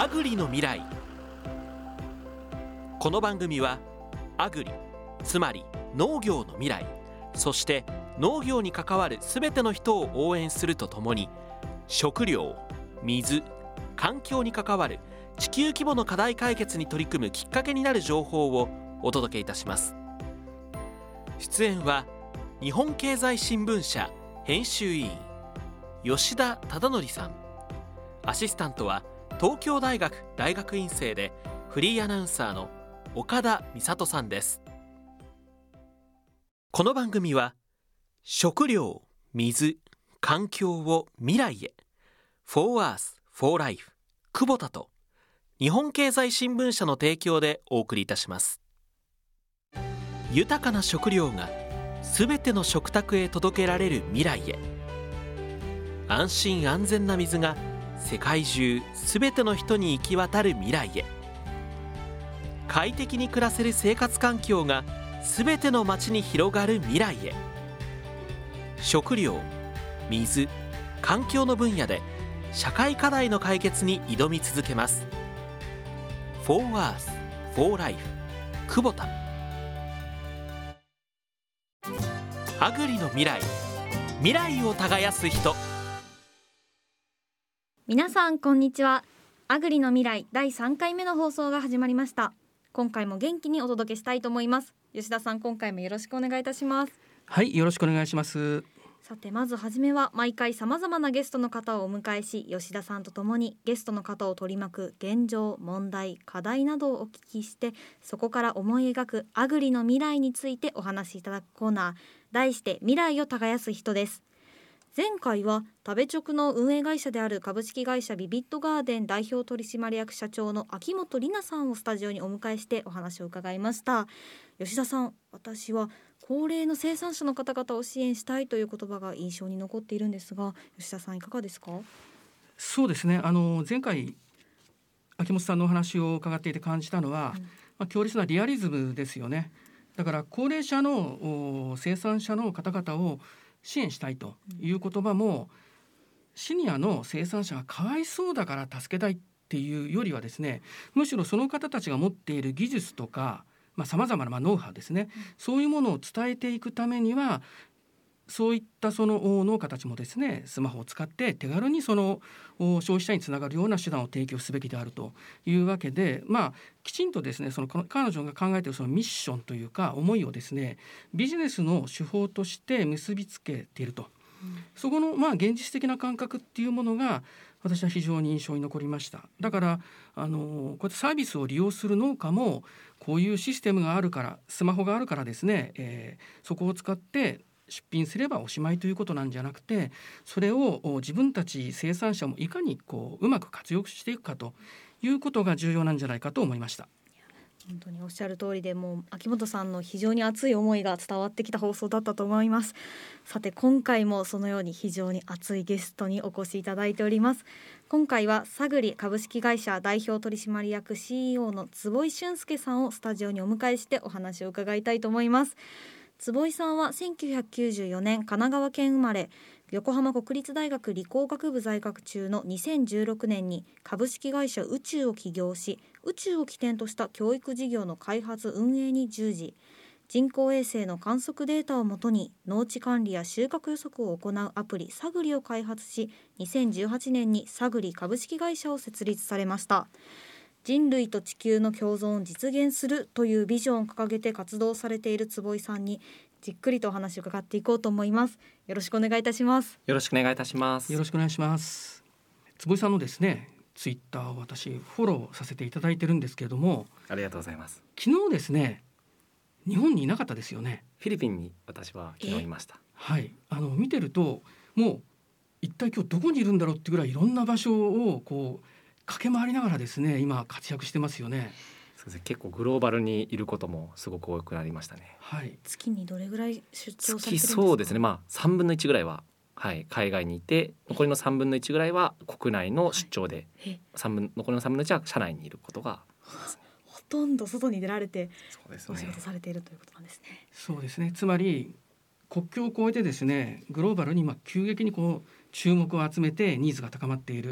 アグリの未来。この番組はアグリ、つまり農業の未来、そして農業に関わるすべての人を応援するとともに、食料、水、環境に関わる地球規模の課題解決に取り組むきっかけになる情報をお届けいたします。出演は日本経済新聞社編集委員吉田忠則さん、アシスタントは東京大学大学院生でフリーアナウンサーの岡田美里さんです。この番組は食料、水、環境を未来へ For Earth, For Life 久保田と日本経済新聞社の提供でお送りいたします。豊かな食料がすべての食卓へ届けられる未来へ、安心安全な水が世界中すべての人に行き渡る未来へ、快適に暮らせる生活環境がすべての街に広がる未来へ、食料、水、環境の分野で社会課題の解決に挑み続けます。 For Earth, For Life 久保田。アグリの未来、未来を耕す人。 皆さんこんにちは。アグリの未来第3回目の放送が始まりました。今回も元気にお届けしたいと思います。吉田さん、今回もよろしくお願いいたします。 はい、よろしくお願いします。 さて、まずはじめは毎回さまざまなゲストの方をお迎えし、吉田さんとともにゲストの方を取り巻く現状、問題、課題などをお聞きして、そこから思い描くアグリの未来についてお話しいただくコーナー、題して未来を耕す人です。前回は食べチョクの運営会社である株式会社ビビットガーデン代表取締役社長の秋元里奈さんをスタジオにお迎えしてお話を伺いました。吉田さん、私は高齢の生産者の方々を支援したいという言葉が印象に残っているんですが、吉田さんいかがですか？ そうですね、前回秋元さんのお話を伺っていて感じたのは、強烈なリアリズムですよね。だから高齢者の生産者の方々を支援したいという言葉も、シニアの生産者がかわいそうだから助けたいっていうよりはですね、むしろその方たちが持っている技術とかさまざまなノウハウですね、そういうものを伝えていくためには、そういったその農家たちもですね、スマホを使って手軽にその消費者につながるような手段を提供すべきであるというわけで、きちんとですね、その彼女が考えているそのミッションというか思いをですね、ビジネスの手法として結びつけていると、そこの現実的な感覚っていうものが私は非常に印象に残りました。だからこうやってサービスを利用する農家も、こういうシステムがあるから、スマホがあるからですね、そこを使って出品すればおしまいということなんじゃなくて、それを自分たち生産者もいかにうまく活用していくかということが重要なんじゃないかと思いました。 本当におっしゃる通りで、もう秋元さんの非常に熱い思いが伝わってきた放送だったと思います。さて、今回もそのように非常に熱いゲストにお越しいただいております。今回はサグリ株式会社代表取締役 CEO の坪井俊介さんをスタジオにお迎えしてお話を伺いたいと思います。坪井さんは1994年神奈川県生まれ、横浜国立大学理工学部在学中の2016年に株式会社宇宙を起業し、宇宙を起点とした教育事業の開発運営に従事、人工衛星の観測データをもとに農地管理や収穫予測を行うアプリサグリを開発し、2018年にサグリ株式会社を設立されました。人類と地球の共存を実現するというビジョンを掲げて活動されている坪井さんにじっくりとお話を伺っていこうと思います。よろしくお願いいたします。 よろしくお願いいたします。 よろしくお願いします。坪井さんのですね、ツイッターを私フォローさせていただいてるんですけれども、 ありがとうございます。 昨日ですね、日本にいなかったですよね。 フィリピンに私は昨日いました。 はい、見てるともう一体今日どこにいるんだろうってぐらいいろんな場所を駆け回りながらですね、今活躍してますよね。 そうですね、結構グローバルにいることもすごく多くなりましたね。 はい、月にどれぐらい出張されてるんですか？ そうですね、3分の1ぐらいは、海外にいて、残りの3分の1ぐらいは国内の出張で、残りの3分の1は社内にいることが多いですね。 ほとんど外に出られてそうですね、 お仕事されているということなんですね。 そうですね、つまり国境を越えてですね、グローバルに急激に注目を集めてニーズが高まっている。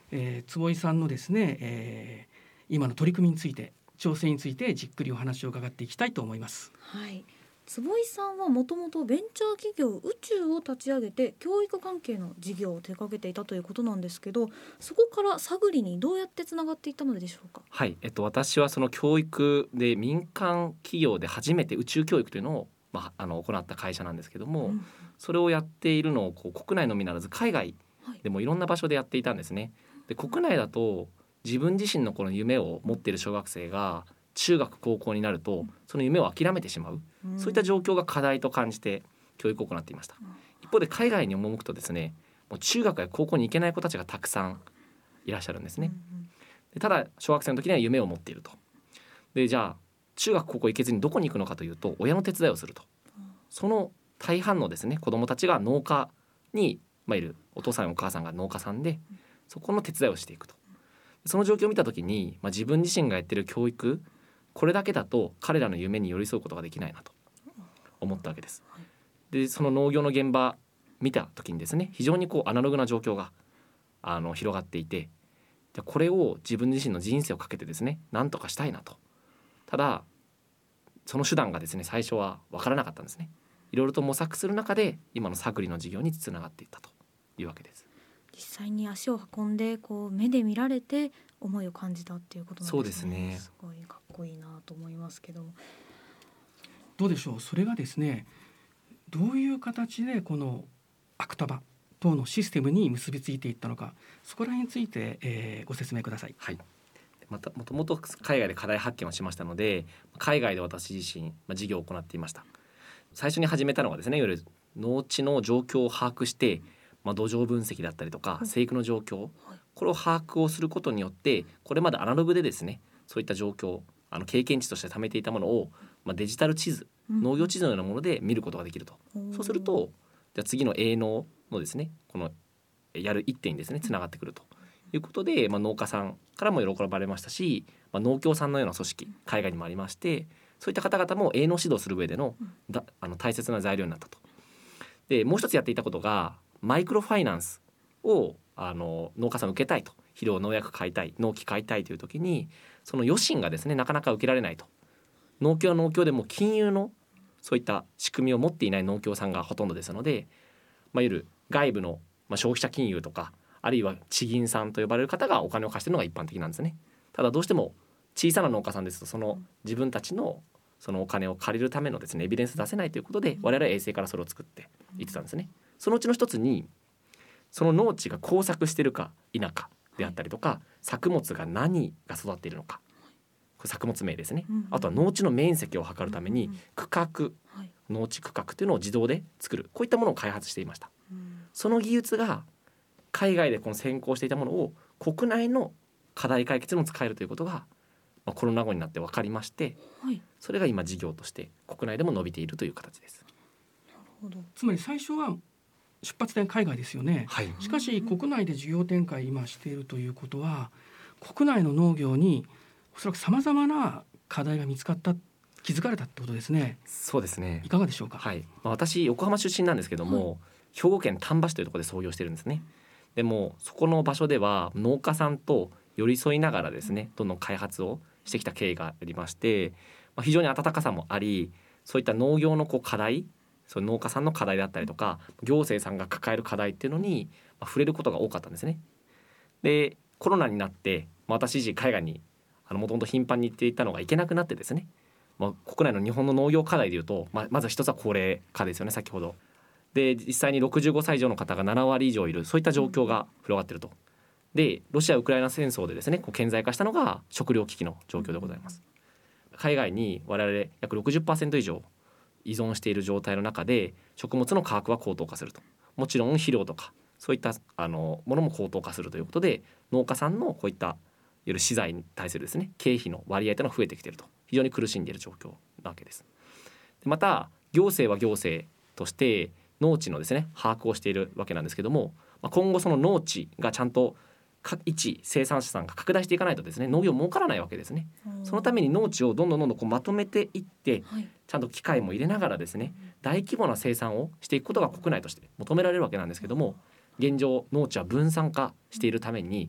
坪井さんのですね、今の取り組みについて、調整についてじっくりお話を伺っていきたいと思います。 はい、坪井さんはもともとベンチャー企業宇宙を立ち上げて教育関係の事業を手掛けていたということなんですけど、そこからサグリにどうやってつながっていったのでしょうか。 はい、私はその教育で民間企業で初めて宇宙教育というのを、行った会社なんですけども、それをやっているのを国内のみならず海外でもいろんな場所でやっていたんですね。で、国内だと自分自身のこの夢を持っている小学生が中学高校になるとその夢を諦めてしまう、そういった状況が課題と感じて教育を行っていました。一方で海外に赴くとですね、もう中学や高校に行けない子たちがたくさんいらっしゃるんですね。で、ただ小学生の時には夢を持っていると。で、じゃあ中学高校行けずにどこに行くのかというと、親の手伝いをすると。その大半のですね、子どもたちが農家に、いるお父さんやお母さんが農家さんで、そこの手伝いをしていくと。その状況を見た時に、自分自身がやっている教育、これだけだと彼らの夢に寄り添うことができないなと思ったわけです。で、その農業の現場見た時にですね、非常にアナログな状況が広がっていて、でこれを自分自身の人生をかけてですね、何とかしたいなと。ただその手段がですね、最初は分からなかったんですね。いろいろと模索する中で今のサグリの事業につながっていったというわけです。 実際に足を運んで目で見られて思いを感じたっていうことなんですね。 そうですね。 すごいかっこいいなと思いますけども、 どうでしょう。それがですね、どういう形でこのアクタバ等のシステムに結びついていったのか、そこら辺について、ご説明ください。 はい。もともと海外で課題発見をしましたので、海外で私自身、事業を行っていました。最初に始めたのはですね、いわゆる農地の状況を把握して、土壌分析だったりとか生育の状況、これを把握をすることによって、これまでアナログでですね、そういった状況、経験値として貯めていたものを、デジタル地図、農業地図のようなもので見ることができると。そうすると、じゃあ次の営農のですね、このやる一手にですねつながってくるということで、農家さんからも喜ばれましたし、農協さんのような組織海外にもありまして、そういった方々も営農指導する上での大切な材料になったと。で、もう一つやっていたことがマイクロファイナンスを農家さん受けたいと、肥料農薬買いたい、農機買いたいという時に、その余震がですねなかなか受けられないと。農協は農協でも金融のそういった仕組みを持っていない農協さんがほとんどですので、いわゆる外部の、消費者金融とか、あるいは地銀さんと呼ばれる方がお金を貸しているのが一般的なんですね。ただどうしても小さな農家さんですと、その自分たちのそのお金を借りるためのですねエビデンス出せないということで、我々は衛星からそれを作っていってたんですね。そのうちの一つに、その農地が耕作しているか否かであったりとか、作物が何が育っているのか、これ作物名ですね。あとは農地の面積を測るために区画、農地区画というのを自動で作る、こういったものを開発していました。その技術が海外で先行していたものを国内の課題解決にも使えるということが、コロナ後になって分かりまして、それが今事業として国内でも伸びているという形です。 なるほど。 つまり最初は出発点海外ですよね。しかし国内で事業展開今しているということは、国内の農業におそらくさまざまな課題が見つかった、気づかれたってことですね。 そうですね。 いかがでしょうか。 私横浜出身なんですけども、兵庫県丹波市というところで創業してるんですね。でもそこの場所では農家さんと寄り添いながらですね、どんどん開発をしてきた経緯がありまして、非常に温かさもあり、そういった農業の課題、その農家さんの課題だったりとか、行政さんが抱える課題っていうのに触れることが多かったんですね。で、コロナになって私自身海外にもともと頻繁に行っていたのが行けなくなってですね、国内の日本の農業課題でいうと、まず一つは高齢化ですよね。先ほどで実際に65歳以上の方が7割以上いる、そういった状況が広がっていると。で、ロシア・ウクライナ戦争でですね顕在化したのが食糧危機の状況でございます。海外に我々約 60% 以上依存している状態の中で、食物の価格は高騰化すると。もちろん肥料とかそういったものも高騰化するということで、農家さんのこういったいわゆる資材に対するですね経費の割合というのが増えてきていると、非常に苦しんでいる状況なわけです。で、また行政は行政として農地のですね把握をしているわけなんですけども、今後その農地がちゃんと一生産者さんが拡大していかないとですね、農業儲からないわけですね。そのために農地をどんどんまとめていって、ちゃんと機械も入れながらですね、大規模な生産をしていくことが国内として求められるわけなんですけども、現状農地は分散化しているために、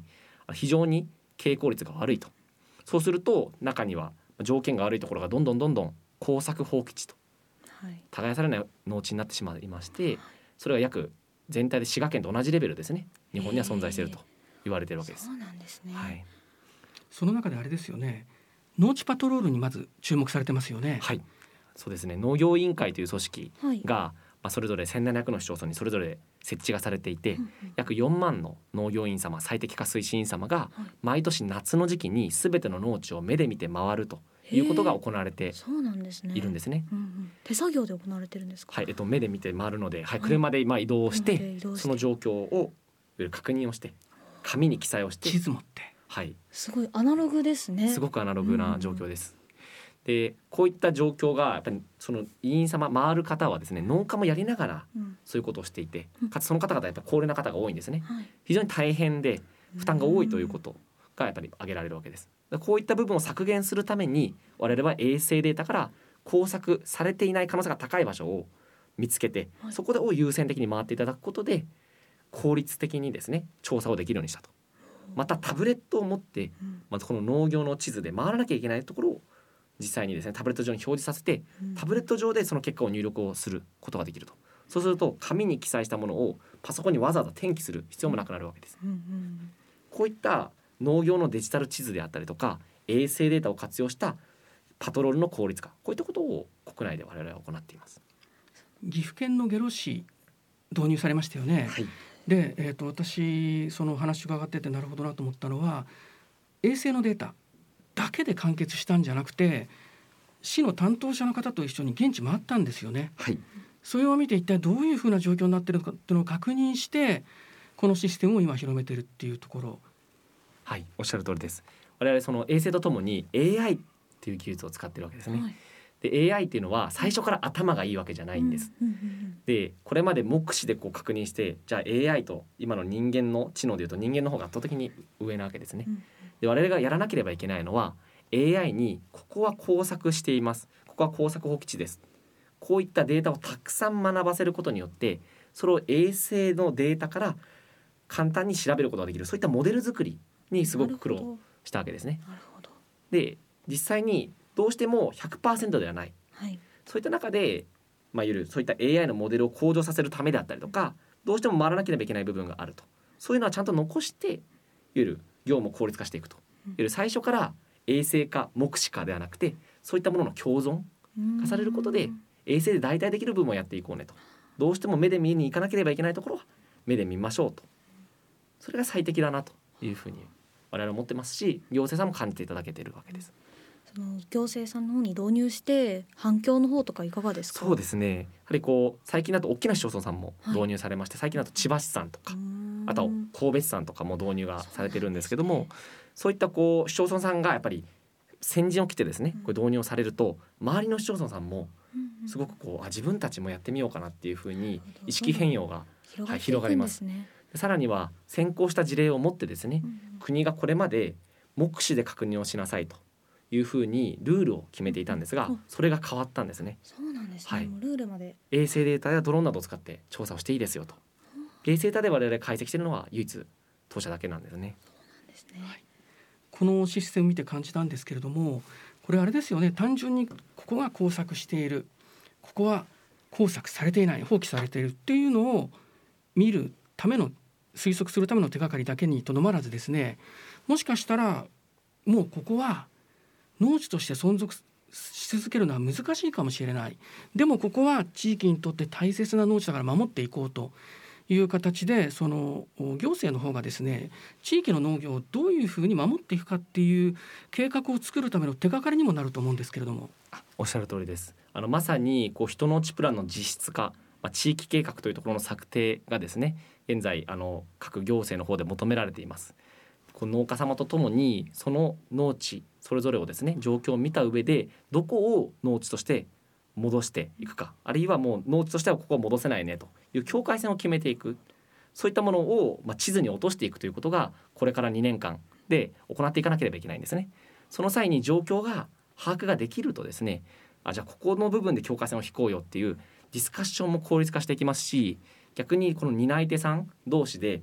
非常に傾向率が悪いと。そうすると中には条件が悪いところがどんどん耕作放棄地と耕されない農地になってしまいまして、それが約全体で滋賀県と同じレベルですね、日本には存在していると言われているわけです。 そうなんですね。 はい、 その中であれですよね、農地パトロールにまず注目されてますよね。 はい、そうですね。農業委員会という組織が、それぞれ1700の市町村にそれぞれ設置がされていて、約4万の農業員様、最適化推進員様が毎年夏の時期に全ての農地を目で見て回るということが行われているんですね。 手作業で行われてるんですか。 はい、目で見て回るので、車で移動して、その状況を確認をして紙に記載をして地図持って、 はい、 すごいアナログですね。 すごくアナログな状況です。でこういった状況がやっぱりその委員様回る方はですね、農家もやりながらそういうことをしていて、かつその方々やっぱり高齢な方が多いんですね。非常に大変で負担が多いということがやっぱり挙げられるわけです。こういった部分を削減するために我々は衛星データから耕作されていない可能性が高い場所を見つけて、そこを優先的に回っていただくことで効率的にですね調査をできるようにしたと。またタブレットを持ってまずこの農業の地図で回らなきゃいけないところを実際にですねタブレット上に表示させて、タブレット上でその結果を入力をすることができると。そうすると紙に記載したものをパソコンにわざわざ転記する必要もなくなるわけです。こういった農業のデジタル地図であったりとか衛星データを活用したパトロールの効率化、こういったことを国内で我々は行っています。 岐阜県の下呂市導入されましたよね。 はい、 で、私その話伺っててなるほどなと思ったのは、衛星のデータだけで完結したんじゃなくて市の担当者の方と一緒に現地回ったんですよね。 はい、 それを見て一体どういうふうな状況になっているのかっていうのを確認してこのシステムを今広めているっていうところ。 はい、おっしゃる通りです。我々その衛星とともに AI っていう技術を使っているわけですね。で AI っていうのは最初から頭がいいわけじゃないんです。でこれまで目視で確認して、じゃあ AI と今の人間の知能でいうと人間の方が圧倒的に上なわけですね。で我々がやらなければいけないのは AI にここは耕作しています、ここは耕作放棄地です、こういったデータをたくさん学ばせることによってそれを衛星のデータから簡単に調べることができる、そういったモデル作りにすごく苦労したわけですね。で実際にどうしても 100% ではない、そういった中で、いわゆるそういった AI のモデルを向上させるためであったりとか、どうしても回らなければいけない部分があると、そういうのはちゃんと残していわゆる業務を効率化していくと、いわゆる最初から衛星化目視化ではなくてそういったものの共存化されることで衛星で代替できる部分をやっていこうねと。どうしても目で見に行かなければいけないところは目で見ましょうと、それが最適だなというふうに我々は思ってますし、行政さんも感じていただけているわけです。 その行政さんの方に導入して反響の方とかいかがですか。 そうですね、やはり最近だと大きな市町村さんも導入されまして、最近だと千葉市さんとかあとは神戸市さんとかも導入がされてるんですけども、そういった市町村さんがやっぱり先陣を切ってですねこれ導入をされると、周りの市町村さんもすごく自分たちもやってみようかなっていうふうに意識変容が広がります。さらには先行した事例をもってですね、国がこれまで目視で確認をしなさいというふうにルールを決めていたんですが、それが変わったんですね。 そうなんですね、もうルールまで衛星データやドローンなどを使って調査をしていいですよと。衛星データで我々解析しているのは唯一当社だけなんですね。 このシステム見て感じたんですけれども、これあれですよね、単純にここが耕作している、ここは耕作されていない、放棄されているっていうのを見るための推測するための手がかりだけにとどまらずですね、もしかしたらもうここは農地として存続し続けるのは難しいかもしれない、でもここは地域にとって大切な農地だから守っていこうという形で、その行政の方がですね地域の農業をどういうふうに守っていくかっていう計画を作るための手がかりにもなると思うんですけれども。 おっしゃる通りです。まさに人農地プランの実質化、地域計画というところの策定がですね現在各行政の方で求められています。農家様とともにその農地それぞれをですね状況を見た上でどこを農地として戻していくか、あるいはもう農地としてはここは戻せないねという境界線を決めていく、そういったものを地図に落としていくということがこれから2年間で行っていかなければいけないんですね。その際に状況が把握ができるとですね、じゃあここの部分で境界線を引こうよっていうディスカッションも効率化していきますし、逆にこの担い手さん同士で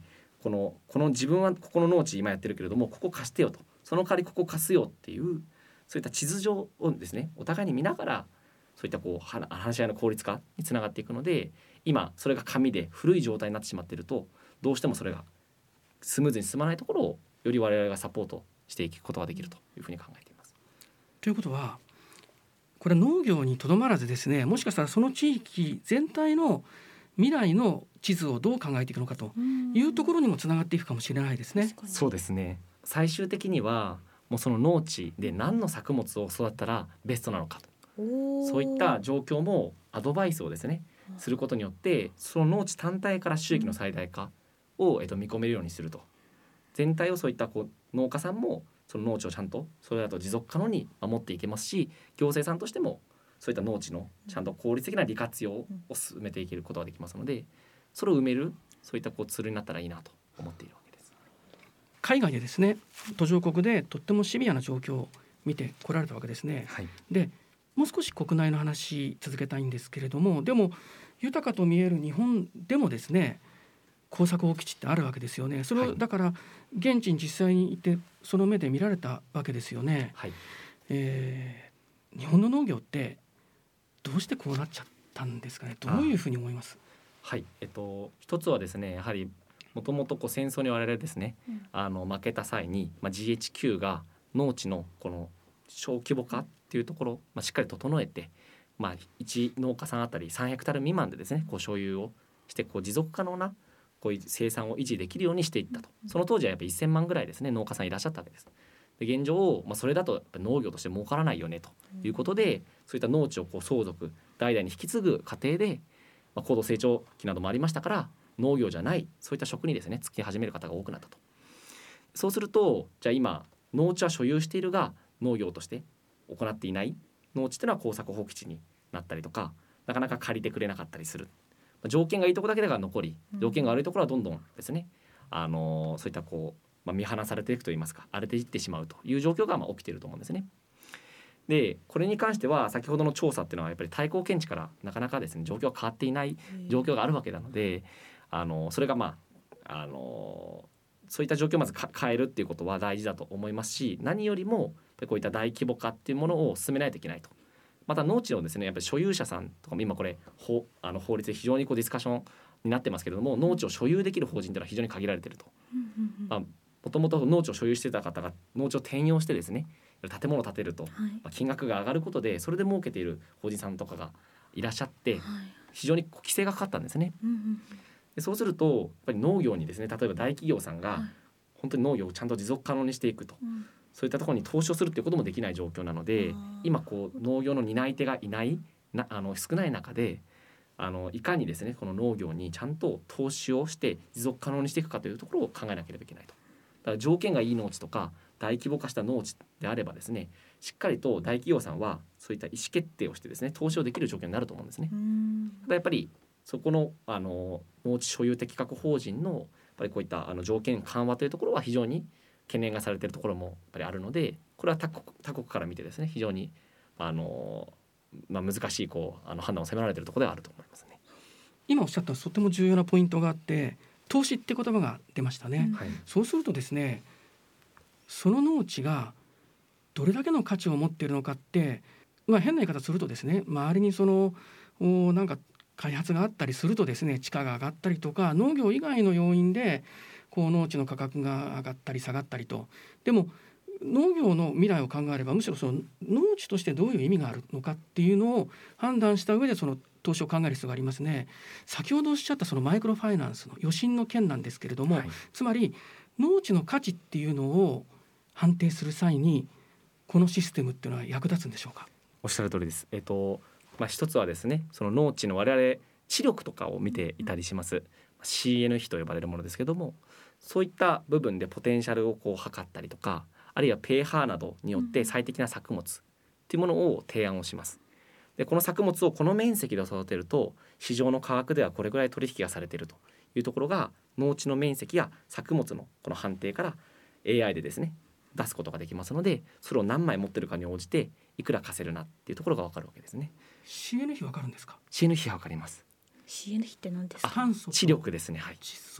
この自分はここの農地今やってるけれどもここ貸してよと、その代わりここ貸すよっていうそういった地図上をですねお互いに見ながらそういったこう話し合いの効率化につながっていくので、今それが紙で古い状態になってしまっているとどうしてもそれがスムーズに進まないところをより我々がサポートしていくことができるというふうに考えています。 ということはこれは農業にとどまらずですね、もしかしたらその地域全体の未来の地図をどう考えていくのかというところにもつながっていくかもしれないですね。 そうですね。最終的にはもうその農地で何の作物を育ったらベストなのかと、そういった状況もアドバイスをですねすることによってその農地単体から収益の最大化を見込めるようにすると、全体をそういったこう農家さんもその農地をちゃんとそれだと持続可能に守っていけますし、行政さんとしてもそういった農地のちゃんと効率的な利活用を進めていけることができますので、それを埋めるそういったこうツールになったらいいなと思っているわけです。 海外でですね途上国でとってもシビアな状況を見てこられたわけですね、 はい、 でもう少し国内の話続けたいんですけれども、でも豊かと見える日本でもですね耕作放棄地ってあるわけですよね。それをだから現地に実際にいてその目で見られたわけですよね、 はい。 日本の農業ってどうしてこうなっちゃったんですかね。どういうふうに思います？ はい、一つはですねやはりもともと戦争に我々ですね、負けた際に、GHQ が農地のこの小規模化っていうところを、しっかり整えて、1農家さんあたり3ヘクタール未満でですね所有をして持続可能なこういう生産を維持できるようにしていったと。その当時はやっぱり1000万ぐらいですね農家さんいらっしゃったわけです。で現状、それだとやっぱ農業として儲からないよねということで、そういった農地を相続代々に引き継ぐ過程で、高度成長期などもありましたから農業じゃないそういった職にですね就き始める方が多くなったと。そうするとじゃあ今農地は所有しているが農業として行っていない農地というのは耕作放棄地になったりとか、なかなか借りてくれなかったりする。条件がいいところだけが残り、条件が悪いところはどんどんですね、そういった見放されていくといいますか荒れていってしまうという状況が起きていると思うんですね。でこれに関しては先ほどの調査っていうのはやっぱり対抗検知からなかなかですね状況が変わっていない状況があるわけなので、それがそういった状況をまず変えるっていうことは大事だと思いますし、何よりもこういった大規模化っていうものを進めないといけないと。また農地のですねやっぱり所有者さんとかも今これ法律で非常にディスカッションになってますけれども、農地を所有できる法人というのは非常に限られていると。もともと農地を所有していた方が農地を転用してですね建物を建てると、金額が上がることでそれで儲けている法人さんとかがいらっしゃって非常に規制がかかったんですね。でそうするとやっぱり農業にですね例えば大企業さんが本当に農業をちゃんと持続可能にしていくと、そういったところに投資をするっていうこともできない状況なので、今農業の担い手がいない少ない中でいかにですねこの農業にちゃんと投資をして持続可能にしていくかというところを考えなければいけないと。だから条件がいい農地とか大規模化した農地であればですねしっかりと大企業さんはそういった意思決定をしてですね投資をできる状況になると思うんですね。ただやっぱりそこの農地所有適格法人のやっぱりこういった条件緩和というところは非常に懸念がされているところもやっぱりあるので、これは他国から見てですね非常に難しい判断を迫られているところではあると思いますね。 今おっしゃったとても重要なポイントがあって、投資って言葉が出ましたね、そうするとですねその農地がどれだけの価値を持っているのかって、変な言い方するとですね周りになんか開発があったりするとですね地価が上がったりとか農業以外の要因で農地の価格が上がったり下がったりと。でも農業の未来を考えればむしろその農地としてどういう意味があるのかっていうのを判断した上でその投資を考える必要がありますね。先ほどおっしゃったそのマイクロファイナンスの余震の件なんですけれども、つまり農地の価値っていうのを判定する際にこのシステムっていうのは役立つんでしょうか？ おっしゃる通りです。一つはですねその農地の我々地力とかを見ていたりします、CN 比と呼ばれるものですけども、そういった部分でポテンシャルを測ったりとか、あるいはペーハーなどによって最適な作物っていうものを提案をします。でこの作物をこの面積で育てると市場の価格ではこれぐらい取引がされているというところが農地の面積や作物のこの判定から AI でですね出すことができますので、それを何枚持ってるかに応じていくら貸せるなっていうところが分かるわけですね。 CN 比分かるんですか？ CN 比分かります。 CN 比って何ですか？ 炭素と知力ですね。はい、 窒素。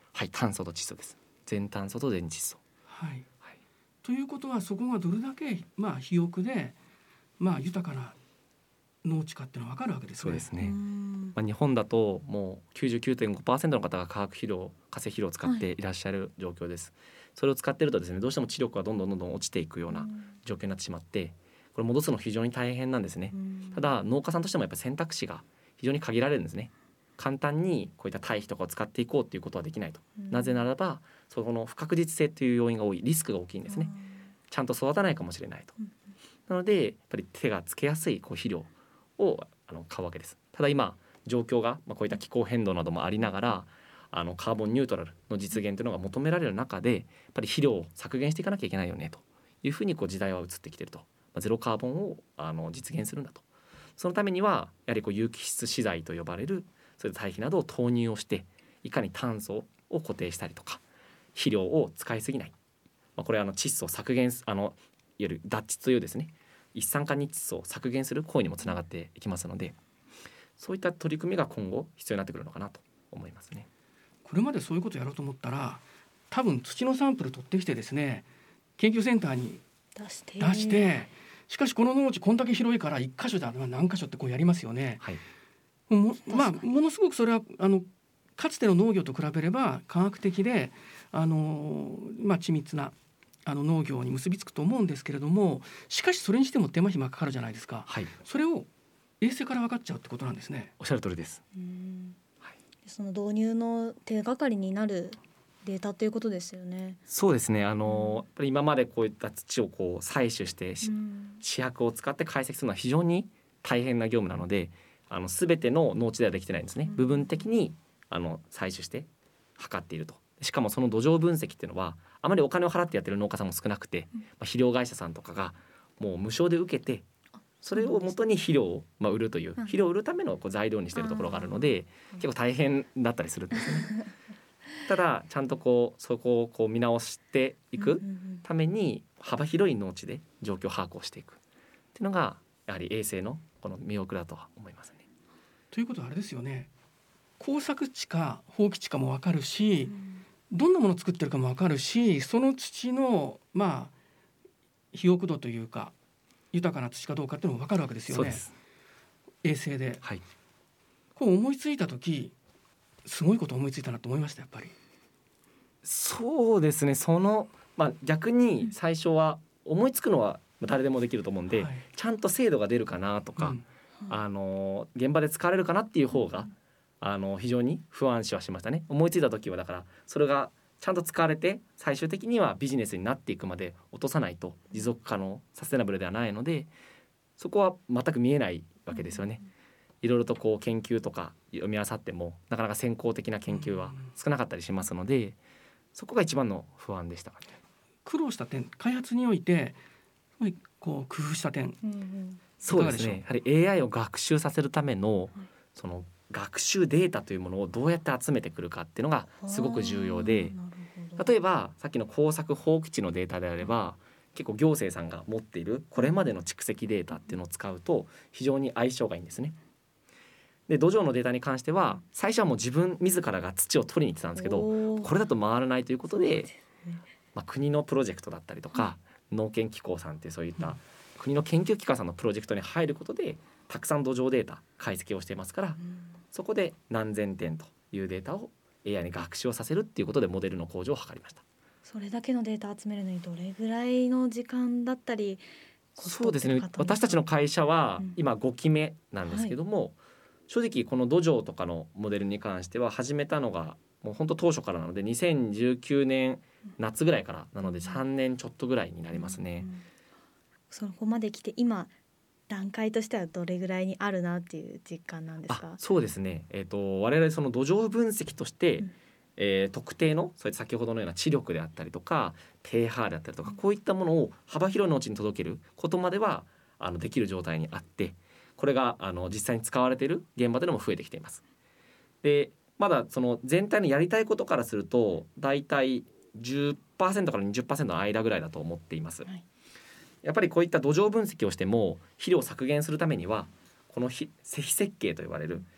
はい、炭素と窒素です。全炭素と全窒素。 はい、 はい、 ということはそこがどれだけ肥沃で豊かな農地かっていうのは分かるわけですね。 そうですね。日本だともう 99.5% の方が化学肥料、化成肥料を使っていらっしゃる状況です。それを使っているとですね、どうしても知力がどんどん落ちていくような状況になってしまって、これ戻すの非常に大変なんですね。ただ農家さんとしてもやっぱり選択肢が非常に限られるんですね。簡単にこういった堆肥とかを使っていこうということはできないと。なぜならばそこの不確実性という要因が多い、リスクが大きいんですね。ちゃんと育たないかもしれないと。なのでやっぱり手がつけやすい肥料を買うわけです。ただ今状況がこういった気候変動などもありながらカーボンニュートラルの実現というのが求められる中で、やっぱり肥料を削減していかなきゃいけないよねというふうに時代は移ってきていると。ゼロカーボンを実現するんだと。そのためにはやはり有機質資材と呼ばれるそういう堆肥などを投入をして、いかに炭素を固定したりとか肥料を使いすぎない、これは窒素を削減いわゆる脱窒というですね、一酸化日窒素を削減する行為にもつながっていきますので、そういった取り組みが今後必要になってくるのかなと思いますね。 これまでそういうことをやろうと思ったら、多分土のサンプル取ってきてですね、研究センターに出して、しかしこの農地こんだけ広いから1箇所で何箇所ってこうやりますよね。 はい、 ものすごくそれはかつての農業と比べれば科学的で緻密な農業に結びつくと思うんですけれども、しかしそれにしても手間暇かかるじゃないですか。 はい、 それを衛星から分かっちゃうってことなんですね。 おっしゃる通りです。 はい、その導入の手がかりになるデータということですよね。 そうですね。やっぱり今までこういった土をこう採取して試薬を使って解析するのは非常に大変な業務なので、全ての農地ではできてないんですね。部分的に採取して測っていると。しかもその土壌分析っていうのはあまりお金を払ってやってる農家さんも少なくて、肥料会社さんとかがもう無償で受けて、それを元に肥料を売るという、肥料を売るための材料にしているところがあるので、結構大変だったりするんですね。ただちゃんとそこを見直していくために幅広い農地で状況把握をしていくっていうのがやはり衛星のこの見送りだとは思いますね。 ということはあれですよね、耕作地か放棄地かも分かるし、どんなものを作ってるかも分かるし、その土の肥沃度というか豊かな土かどうかっていうのも分かるわけですよね。 そうです。 衛星で、 はい、 こう思いついた時すごいこと思いついたなと思いました。やっぱりそうですね。逆に最初は思いつくのは誰でもできると思うんで、ちゃんと精度が出るかなとか、現場で使われるかなっていう方が非常に不安視はしましたね。思いついた時はだからそれがちゃんと使われて最終的にはビジネスになっていくまで落とさないと持続可能サステナブルではないので、そこは全く見えないわけですよね。いろいろと研究とか読み漁ってもなかなか先行的な研究は少なかったりしますので、そこが一番の不安でした。 苦労した点、開発において工夫した点、 そうですね。やはり AI を学習させるためのその学習データというものをどうやって集めてくるかっていうのがすごく重要で、例えばさっきの耕作放棄地のデータであれば、結構行政さんが持っているこれまでの蓄積データっていうのを使うと非常に相性がいいんですね。で土壌のデータに関しては最初はもう自らが土を取りに行ってたんですけど、これだと回らないということで、国のプロジェクトだったりとか、農研機構さんってそういった国の研究機関さんのプロジェクトに入ることでたくさん土壌データ解析をしていますから、そこで何千点というデータを AI に学習をさせるっていうことでモデルの向上を図りました。 それだけのデータ集めるのにどれぐらいの時間だったりコストってかかったんですか？ そうですね。私たちの会社は今5期目なんですけども、正直この土壌とかのモデルに関しては始めたのがもう本当当初からなので2019年夏ぐらいからなので3年ちょっとぐらいになりますね。 そこまで来て今段階としてはどれぐらいにあるなっていう実感なんですか？ そうですね、我々その土壌分析として、特定のそういった先ほどのような知力であったりとか pH であったりとか、こういったものを幅広い農地に届けることまではできる状態にあって、これが実際に使われている現場でも増えてきています。でまだその全体のやりたいことからするとだいたい 10% から 20% の間ぐらいだと思っています。やっぱりこういった土壌分析をしても肥料を削減するためにはこの施肥設計と呼ばれる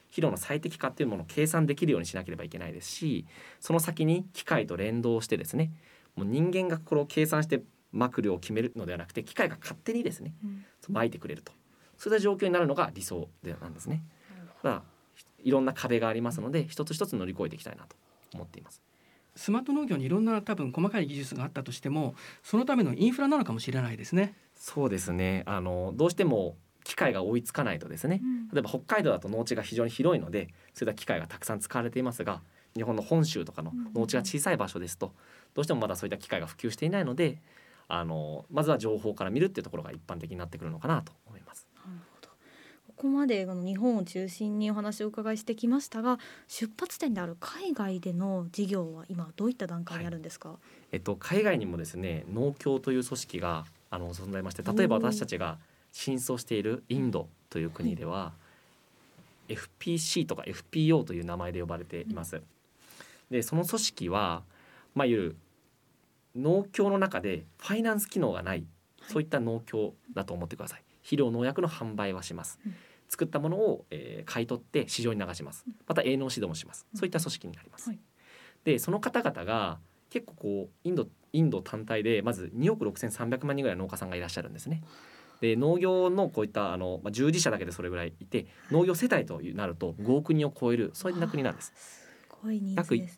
肥料の最適化っていうものを計算できるようにしなければいけないですし、その先に機械と連動してですね、もう人間がこれを計算して撒く量を決めるのではなくて、機械が勝手にですね撒いてくれると、そういった状況になるのが理想なんですね。だからいろんな壁がありますので、一つ一つ乗り越えていきたいなと思っています。 スマート農業にいろんな多分細かい技術があったとしても、そのためのインフラなのかもしれないですね。 そうですね、どうしても機械が追いつかないとですね、例えば北海道だと農地が非常に広いので、そういった機械がたくさん使われていますが、日本の本州とかの農地が小さい場所ですと、どうしてもまだそういった機械が普及していないので、まずは情報から見るっていうところが一般的になってくるのかなと思います。 なるほど。ここまで日本を中心にお話をお伺いしてきましたが、出発点である海外での事業は今どういった段階にあるんですか？ 海外にもですね、農協という組織が存在まして、例えば私たちが進出しているインドという国では、FPC とか FPO という名前で呼ばれています。でその組織は、いわゆる農協の中でファイナンス機能がない、そういった農協だと思ってください。肥料農薬の販売はします。作ったものを、買い取って市場に流します。また営農指導もします。そういった組織になります。でその方々が結構インド単体でまず2億6300万人ぐらいの農家さんがいらっしゃるんですね。で農業のこういった従事者だけでそれぐらいいて、農業世帯となると5億人を超える、そういった国なんです。 すごい人数約です。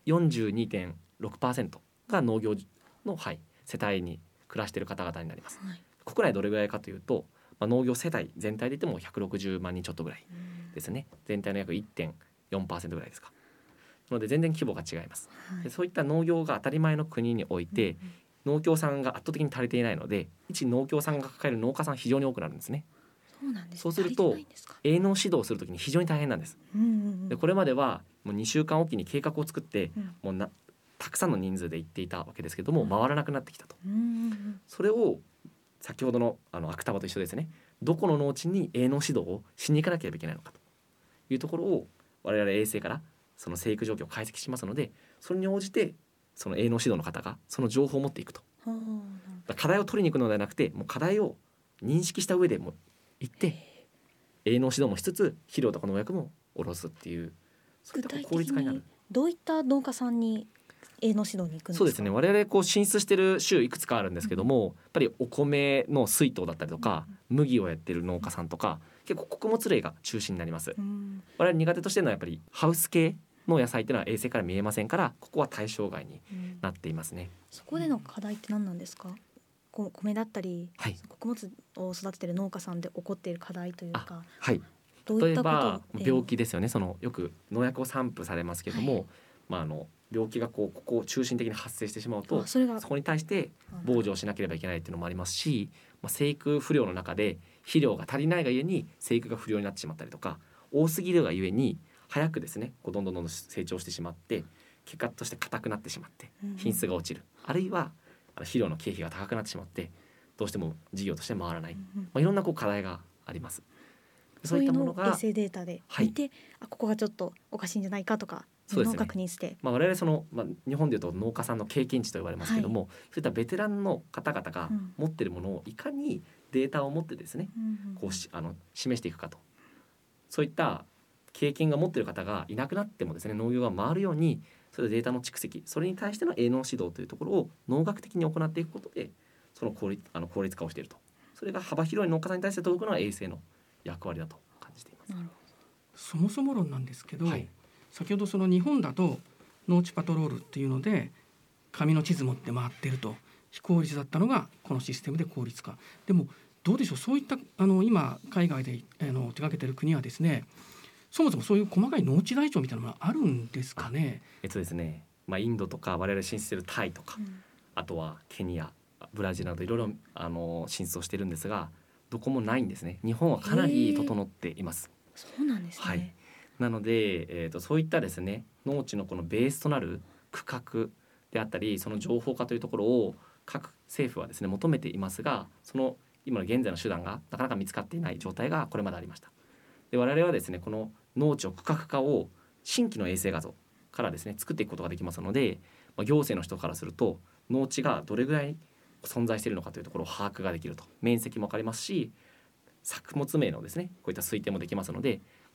42.6% が農業の、世帯に暮らしている方々になります。国内どれぐらいかというと、農業世帯全体で言っても160万人ちょっとぐらいですね。全体の約 1.4% ぐらいですか。なので全然規模が違います。でそういった農業が当たり前の国において、農協さんが圧倒的に足りていないので、一農協さんが抱える農家さん非常に多くなるんですね。 そうなんです。 そうすると営農指導をするときに非常に大変なんです。でこれまではもう2週間おきに計画を作って、もうたくさんの人数で行っていたわけですけども、回らなくなってきたと。それを先ほどの芥葉と一緒ですね、どこの農地に営農指導をしに行かなければいけないのかというところを、我々衛星からその生育状況を解析しますので、それに応じてその営農指導の方がその情報を持っていくと。課題を取りに行くのではなくて、もう課題を認識した上でも行って営農指導もしつつ、肥料とか農薬も下ろすっていう、そういった効率化になる。 どういった農家さんに営農指導に行くんですか？ そうですね、我々進出している州いくつかあるんですけども、やっぱりお米の水筒だったりとか、麦をやっている農家さんとか、結構穀物類が中心になります。我々苦手としてるのはやっぱりハウス系の野菜っていうのは衛星から見えませんから、ここは対象外になっていますね。 そこでの課題って何なんですか？米だったり、穀物を育てている農家さんで起こっている課題というか、どういったこと？ 例えば病気ですよね。よく農薬を散布されますけども、病気がここを中心的に発生してしまうと、そこに対して防除をしなければいけないっていうのもありますし、生育不良の中で肥料が足りないがゆえに生育が不良になってしまったりとか、多すぎるがゆえに早くですねどんどん成長してしまって、結果として硬くなってしまって品質が落ちる、あるいは肥料の経費が高くなってしまってどうしても事業として回らない、いろんな課題があります。 そういうのを衛星データで見て、ここがちょっとおかしいんじゃないかとか、 そうですね、 確認して、 我々日本でいうと農家さんの経験値と呼ばれますけども、そういったベテランの方々が持っているものをいかにデータを持ってですね、示していくかと。そういった経験が持っている方がいなくなってもですね、農業が回るように、それデータの蓄積、それに対しての営農指導というところを農学的に行っていくことで、その効率化をしていると。それが幅広い農家さんに対して届くのは衛星の役割だと感じています。 そもそも論なんですけど、先ほどその日本だと農地パトロールっていうので紙の地図持って回ってると非効率だったのがこのシステムで効率化。でもどうでしょう、そういった今海外で手掛けてる国はですね、そもそもそういう細かい農地台帳みたいなのがあるんですかね？ ですね、インドとか我々進出しているタイとか、あとはケニア、ブラジルなどいろいろ進出をしているんですが、どこもないんですね。日本はかなり整っています。 そうなんですね。 なので、そういったですね農地のこのベースとなる区画であったり、その情報化というところを各政府はですね求めていますが、その今の現在の手段がなかなか見つかっていない状態がこれまでありました。で我々はですね、この農地を区画化を新規の衛星画像からですね作っていくことができますので、行政の人からすると農地がどれぐらい存在しているのかというところを把握ができると。面積も分かりますし、作物名のですねこういった推定もできますので、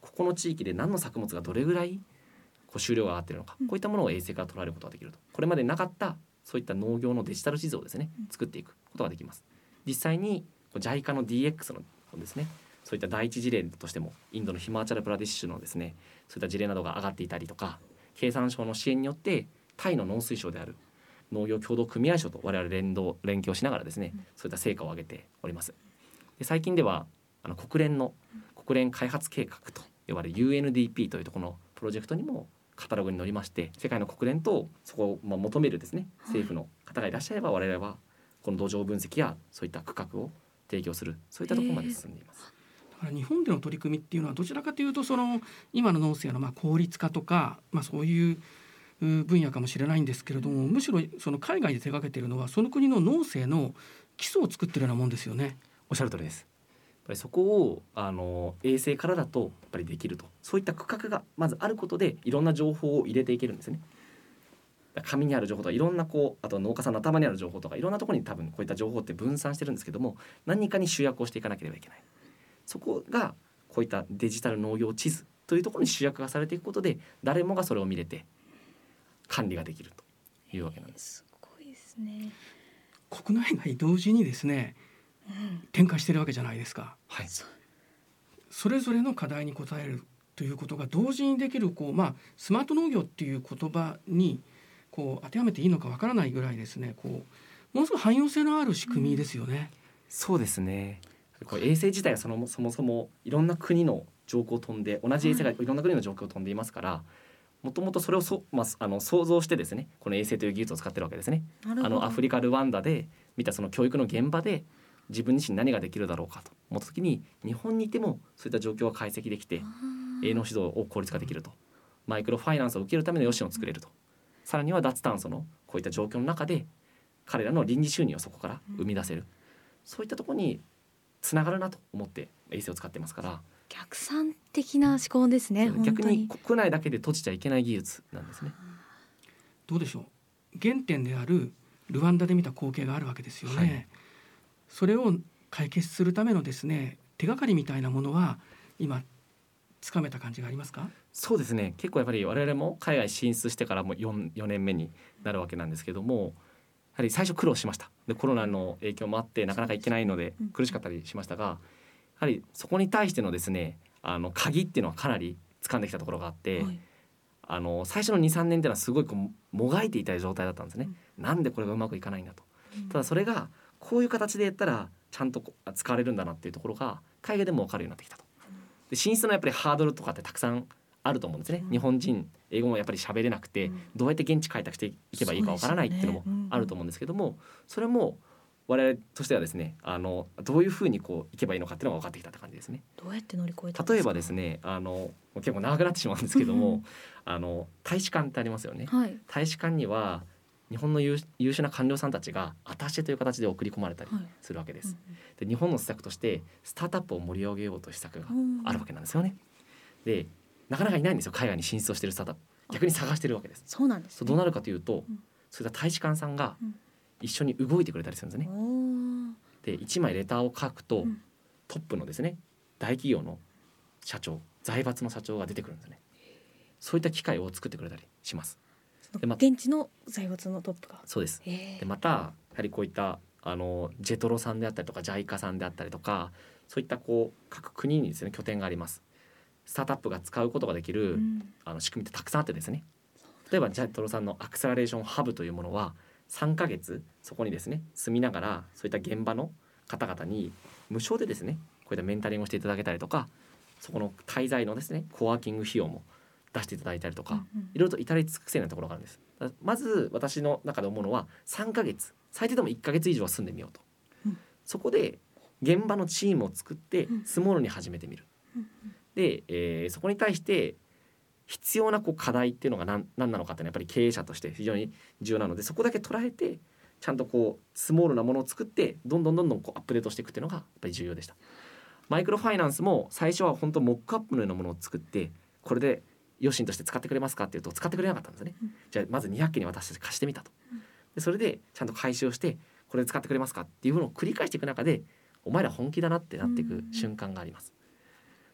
ここの地域で何の作物がどれぐらいこう収量が上がっているのか、こういったものを衛星から捉えることができると。これまでなかったそういった農業のデジタル地図をですね作っていくことができます。実際に JICA の DX のですね、そういった第一事例としてもインドのヒマーチャルプラディッシュのですねそういった事例などが上がっていたりとか、経産省の支援によってタイの農水省である農業協同組合省と我々連携をしながらですね、そういった成果を上げております。で最近では国連開発計画と呼ばれる UNDP というところのプロジェクトにもカタログに載りまして、世界の国連とそこを求めるですね政府の方がいらっしゃれば、我々はこの土壌分析やそういった区画を提供する、そういったところまで進んでいます。 だから日本での取り組みっていうのはどちらかというとその今の農政の効率化とか、そういう分野かもしれないんですけれども、むしろその海外で手掛けているのはその国の農政の基礎を作っているようなもんですよね。 おっしゃる通りです。やっぱりそこを衛星からだとやっぱりできると、そういった区画がまずあることでいろんな情報を入れていけるんですね。紙にある情報とかいろんなあと農家さんの頭にある情報とかいろんなところに多分こういった情報って分散してるんですけども、何かに集約をしていかなければいけない。そこがこういったデジタル農業地図というところに集約がされていくことで、誰もがそれを見れて管理ができるというわけなんです。 すごいですね。 国内外同時にですね、展開しているわけじゃないですか。 はい、 それぞれの課題に応えるということが同時にできるスマート農業っていう言葉に当てはめていいのかわからないぐらいですね、ものすごく汎用性のある仕組みですよね。 そうですね。衛星自体はそもそもいろんな国の上空を飛んで、同じ衛星がいろんな国の上空を飛んでいますから、もともとそれを想像してですね、この衛星という技術を使ってるわけですね。アフリカルワンダで見たその教育の現場で自分自身何ができるだろうかと思った時に、日本にいてもそういった状況が解析できて営農指導を効率化できると、マイクロファイナンスを受けるための予診を作れると、さらには脱炭素のこういった状況の中で彼らの臨時収入をそこから生み出せる、そういったところにつながるなと思って衛星を使ってますから、 逆算的な思考ですね。 逆に国内だけで閉じちゃいけない技術なんですね。 どうでしょう、原点であるルワンダで見た光景があるわけですよね。はい、それを解決するためのですね手がかりみたいなものは今つかめた感じがありますか？ そうですね、結構やっぱり我々も海外進出してからも 4年目になるわけなんですけども、やはり最初苦労しました。でコロナの影響もあってなかなか行けないので苦しかったりしましたが、やはりそこに対してのですね鍵っていうのはかなり掴んできたところがあって、はい、最初の 2,3 年っていうのはすごいもがいていた状態だったんですね。なんでこれがうまくいかないんだと。ただそれがこういう形でやったらちゃんと使われるんだなっていうところが海外でも分かるようになってきたと。で進出のやっぱりハードルとかってたくさんあると思うんですね。日本人英語もやっぱり喋れなくて、どうやって現地開拓していけばいいか分からないっていうのもあると思うんですけども、それも我々としてはですねどういうふうにいけばいいのかっていうのが分かってきたって感じですね。 どうやって乗り越えたんですか？ 例えばですね結構長くなってしまうんですけども、大使館ってありますよね。はい、大使館には日本の優秀な官僚さんたちがアタッシェという形で送り込まれたりするわけです。はい、で日本の施策としてスタートアップを盛り上げようという施策があるわけなんですよね。でなかなかいないんですよ、海外に進出をしているスタートアップ。逆に探してるわけです。 そうなんです、ね、 どうなるかというと、そういった大使館さんが一緒に動いてくれたりするんですね。で1枚レターを書くと、トップのですね大企業の社長、財閥の社長が出てくるんですね。そういった機会を作ってくれたりします。 で現地の財閥のトップが。 そうです。でまたやはりこういったジェトロさんであったりとか JICA さんであったりとか、そういった各国にですね拠点があります。スタートアップが使うことができる、仕組みってたくさんあってですね、例えばジェトロさんのアクセラレーションハブというものは3ヶ月そこにですね住みながら、そういった現場の方々に無償でですねこういったメンタリングをしていただけたりとか、そこの滞在のですねコワーキング費用も出していただいたりとか、いろいろと至れり尽くせないところがあるんです。まず私の中で思うのは3ヶ月最低でも1ヶ月以上は住んでみようと、そこで現場のチームを作ってスモールに始めてみる。で、そこに対して必要な課題っていうのが何なのかっていうのはやっぱり経営者として非常に重要なので、そこだけ捉えてちゃんとスモールなものを作ってどんどんアップデートしていくっていうのがやっぱり重要でした。マイクロファイナンスも最初は本当モックアップのようなものを作って、これで予診として使ってくれますかっていうと使ってくれなかったんですね。じゃあまず200件に私たち貸してみたと。でそれでちゃんと回収をしてこれで使ってくれますかっていうのを繰り返していく中で、お前ら本気だなってなっていく瞬間があります。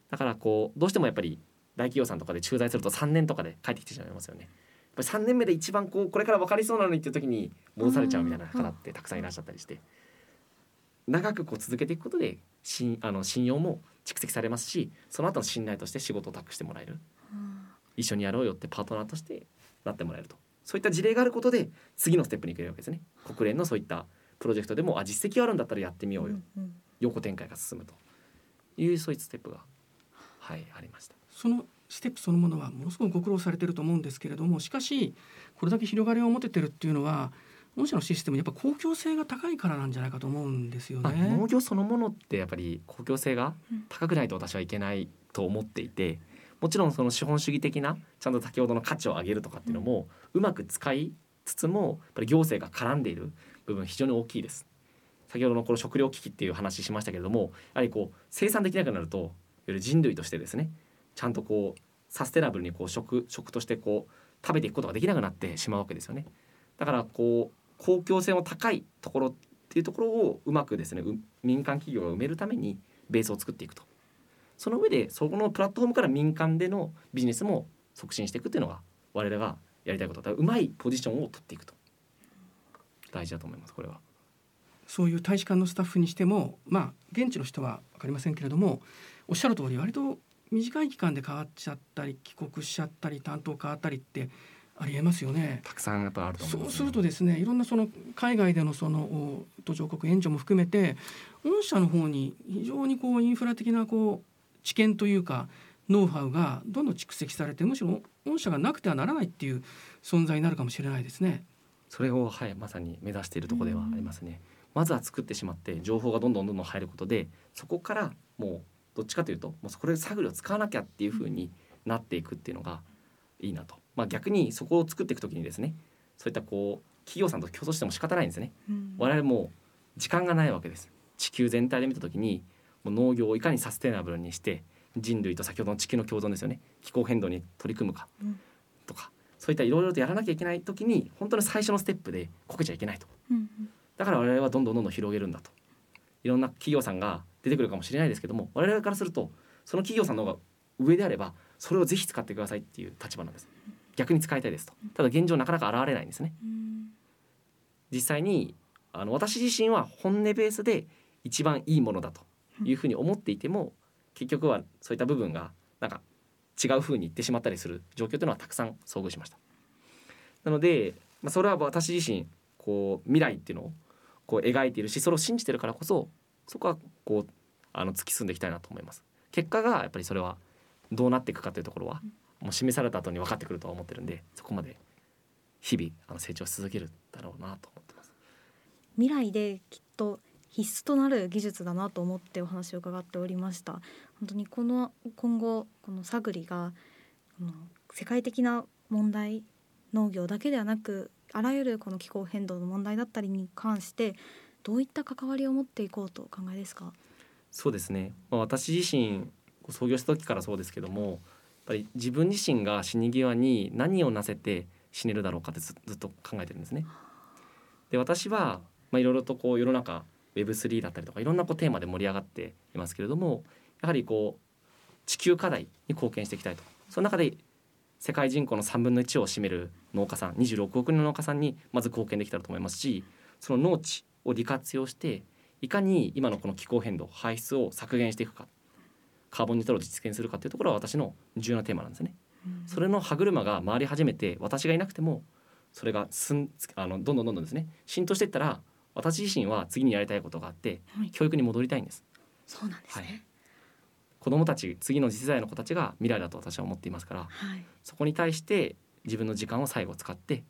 だからこうどうしてもやっぱり大企業さんとかで駐在すると3年とかで帰ってきてしまいますよね。やっぱり3年目で一番これから分かりそうなのにっていう時に戻されちゃうみたいな方ってたくさんいらっしゃったりして、長く続けていくことで信用も蓄積されますし、その後の信頼として仕事を託してもらえる、一緒にやろうよってパートナーとしてなってもらえると、そういった事例があることで次のステップに行けるわけですね。国連のそういったプロジェクトでも実績があるんだったらやってみようよ、横展開が進むというそういうステップが、ありました。 そのステップそのものはものすごくご苦労されていると思うんですけれども、しかしこれだけ広がりを持ててるっていうのは御社のシステムやっぱ公共性が高いからなんじゃないかと思うんですよね。 農業そのものってやっぱり公共性が高くないと私はいけないと思っていて、もちろんその資本主義的なちゃんと先ほどの価値を上げるとかっていうのもうまく使いつつも、やっぱり行政が絡んでいる部分非常に大きいです。先ほどのこの食糧危機っていう話しましたけれども、やはり生産できなくなると、いわゆる人類としてですね、ちゃんとサステナブルに食として食べていくことができなくなってしまうわけですよね。だから公共性の高いところっていうところをうまくですね、民間企業が埋めるためにベースを作っていくと、その上でそこのプラットフォームから民間でのビジネスも促進していくっていうのが我々がやりたいことだ。うまいポジションを取っていくと大事だと思います。これはそういう大使館のスタッフにしても、現地の人は分かりませんけれども、おっしゃる通り割と短い期間で変わっちゃったり帰国しちゃったり担当変わったりってありえますよね。 たくさんやっぱあると思いますね。 そうするとですね、いろんなその海外でのその途上国援助も含めて御社の方に非常にインフラ的な知見というかノウハウがどんどん蓄積されて、むしろ御社がなくてはならないっていう存在になるかもしれないですね。 それを、まさに目指しているところではありますね。まずは作ってしまって情報がどんどん入ることで、そこからもうどっちかというともうこれ探りを使わなきゃっていう風になっていくっていうのがいいなと。逆にそこを作っていくときにですね、そういった企業さんと競争しても仕方ないんですね。我々も時間がないわけです。地球全体で見たときにもう農業をいかにサステナブルにして人類と先ほどの地球の共存ですよね、気候変動に取り組むかとか、そういったいろいろとやらなきゃいけないときに本当に最初のステップでこけちゃいけないと。だから我々はどんどん広げるんだと。いろんな企業さんが出てくるかもしれないですけども、我々からするとその企業さんの方が上であればそれをぜひ使ってくださいっていう立場なんです。逆に使いたいですと。ただ現状なかなか現れないんですね。実際に私自身は本音ベースで一番いいものだというふうに思っていても、結局はそういった部分がなんか違うふうに言ってしまったりする状況というのはたくさん遭遇しました。なので、それは私自身未来っていうのを描いているし、それを信じているからこそ、そこは突き進んでいきたいなと思います。結果がやっぱりそれはどうなっていくかというところはもう示された後に分かってくるとは思ってるんで、そこまで日々成長し続けるだろうなと思ってます。 未来できっと必須となる技術だなと思ってお話を伺っておりました。本当に今後このサグリが世界的な問題、農業だけではなくあらゆるこの気候変動の問題だったりに関してどういった関わりを持っていこうとお考えですか？ そうですね、私自身創業した時からそうですけども、やっぱり自分自身が死に際に何をなせて死ねるだろうかってずっと考えてるんですね。で、私はいろいろと世の中 Web3 だったりとかいろんなテーマで盛り上がっていますけれども、やはり地球課題に貢献していきたいと。その中で世界人口の3分の1を占める農家さん、26億人の農家さんにまず貢献できたらと思いますし、その農地を利活用していかに今のこの気候変動排出を削減していくか、カーボンニュートラルを実現するかというところは私の重要なテーマなんですね。それの歯車が回り始めて、私がいなくてもそれがどんどんですね浸透していったら、私自身は次にやりたいことがあって、教育に戻りたいんです。 そうなんですね。 子どもたち、次の次世代の子たちが未来だと私は思っていますから、そこに対して自分の時間を最後使って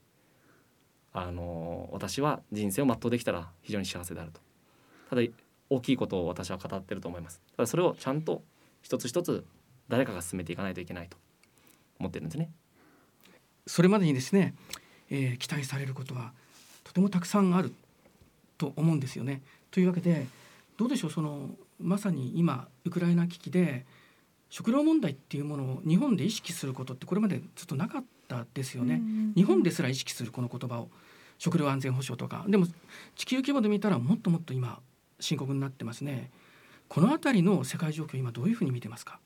私は人生を全うできたら非常に幸せであると。ただ大きいことを私は語ってると思います。ただそれをちゃんと一つ一つ誰かが進めていかないといけないと思ってるんですね。 それまでにですね、期待されることはとてもたくさんあると思うんですよね。というわけでどうでしょう、まさに今ウクライナ危機で食料問題っていうものを日本で意識することってこれまでずっとなかったですよね。日本ですら意識するこの言葉を、食料安全保障とか。でも地球規模で見たらもっともっと今深刻になってますね。このあたりの世界状況今どういうふうに見てますか？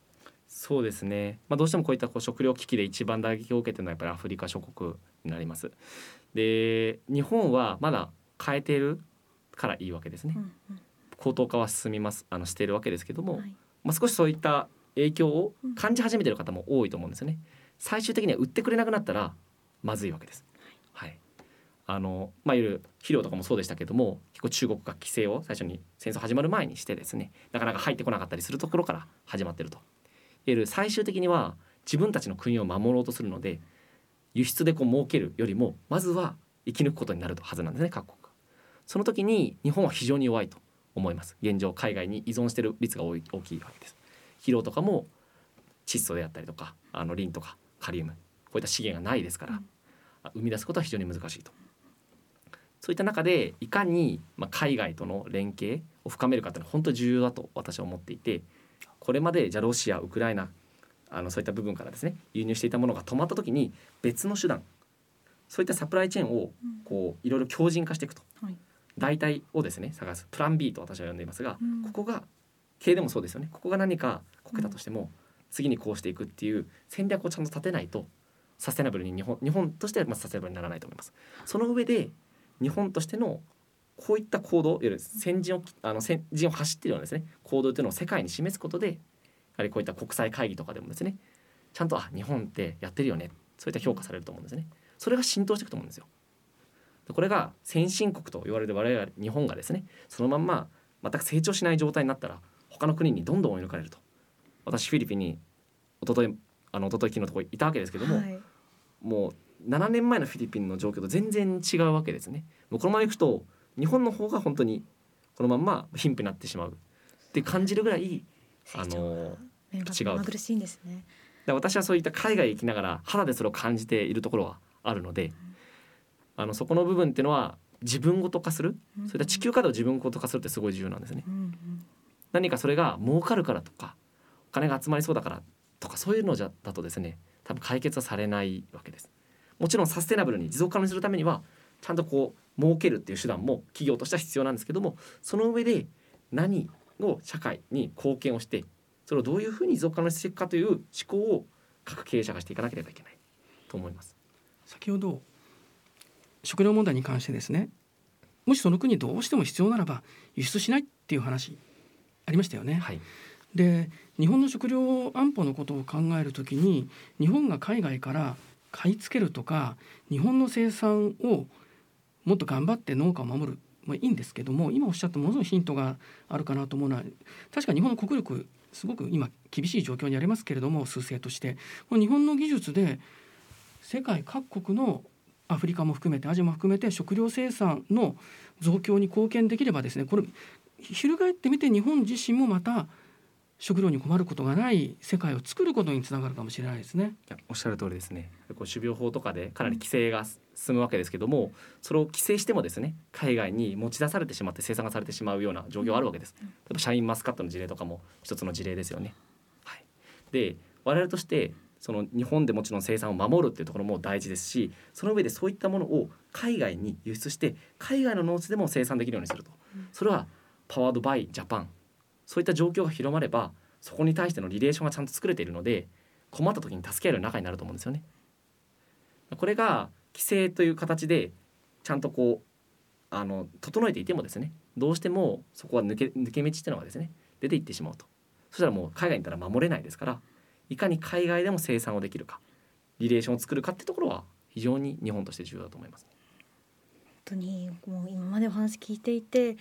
そうですね、どうしてもこういった食糧危機で一番打撃を受けているのはやっぱりアフリカ諸国になります。で日本はまだ変えているからいいわけですね、高等化は進みますしているわけですけども、少しそういった影響を感じ始めている方も多いと思うんですよね。最終的には売ってくれなくなったらまずいわけです、はい。いわゆる肥料とかもそうでしたけども、結構中国が規制を最初に戦争始まる前にしてですね、なかなか入ってこなかったりするところから始まっていると。いわゆる最終的には自分たちの国を守ろうとするので、輸出で儲けるよりもまずは生き抜くことになるはずなんですね、各国が。その時に日本は非常に弱いと思います。現状海外に依存している率が大きいわけです。肥料とかも窒素であったりとかリンとかカリウム、こういった資源がないですから、生み出すことは非常に難しいと。そういった中でいかに海外との連携を深めるかというのは本当に重要だと私は思っていて、これまでじゃあロシアウクライナそういった部分からですね輸入していたものが止まった時に別の手段、そういったサプライチェーンをいろいろ強靭化していくと、代替をですね探すプラン B と私は呼んでいますが、ここが経営でもそうですよね。ここが何かこけたとしても、次にこうしていくっていう戦略をちゃんと立てないとサステナブルに日本としてはサステナブルにならないと思います。その上で日本としてのこういった行動、いわゆる先陣を走っているようなですね行動というのを世界に示すことで、やはりこういった国際会議とかでもですねちゃんと日本ってやってるよね、そういった評価されると思うんですね。それが浸透していくと思うんですよ。これが先進国と言われる我々日本がですねそのまんま全く成長しない状態になったら他の国にどんどん追い抜かれると。私フィリピンに一昨日昨日のところいたわけですけども、もう7年前のフィリピンの状況と全然違うわけですね。もうこのままいくと日本の方が本当にこのまんま貧富になってしまうって感じるぐらい違う。 苦しいんですね。 私はそういった海外行きながら肌でそれを感じているところはあるので、そこの部分っていうのは自分ごと化する、そういった地球課題を自分ごと化するってすごい重要なんですね、何かそれが儲かるからとかお金が集まりそうだからとかそういうのだとですね多分解決はされないわけです。もちろんサステナブルに持続可能にするためにはちゃんと儲けるっていう手段も企業としては必要なんですけども、その上で何を社会に貢献をしてそれをどういうふうに持続可能にしていくかという思考を各経営者がしていかなければいけないと思います。 先ほど食料問題に関してですね、もしその国どうしても必要ならば輸出しないっていう話ありましたよね、はい。で日本の食料安保のことを考えるときに日本が海外から買い付けるとか日本の生産をもっと頑張って農家を守るもいいんですけども、今おっしゃったものすごいヒントがあるかなと思うのは、確か日本の国力すごく今厳しい状況にありますけれども、数勢としてこの日本の技術で世界各国のアフリカも含めてアジアも含めて食料生産の増強に貢献できればですね、これ翻ってみて日本自身もまた食料に困ることがない世界を作ることにつながるかもしれないですね。 おっしゃる通りですね。種苗法とかでかなり規制が進むわけですけども、それを規制してもですね海外に持ち出されてしまって生産がされてしまうような状況があるわけです。例えばシャインマスカットの事例とかも一つの事例ですよね、はい。で我々としてその日本でもちろん生産を守るっていうところも大事ですし、その上でそういったものを海外に輸出して海外の農地でも生産できるようにすると、それはパワードバイジャパン、そういった状況が広まればそこに対してのリレーションがちゃんと作れているので困った時に助け合える仲になると思うんですよね。これが規制という形でちゃんと整えていてもですね、どうしてもそこは抜け道っていうのがですね出ていってしまうと。そしたらもう海外にいたら守れないですから、いかに海外でも生産をできるかリレーションを作るかってところは非常に日本として重要だと思います。 本当にもう今までお話聞いていて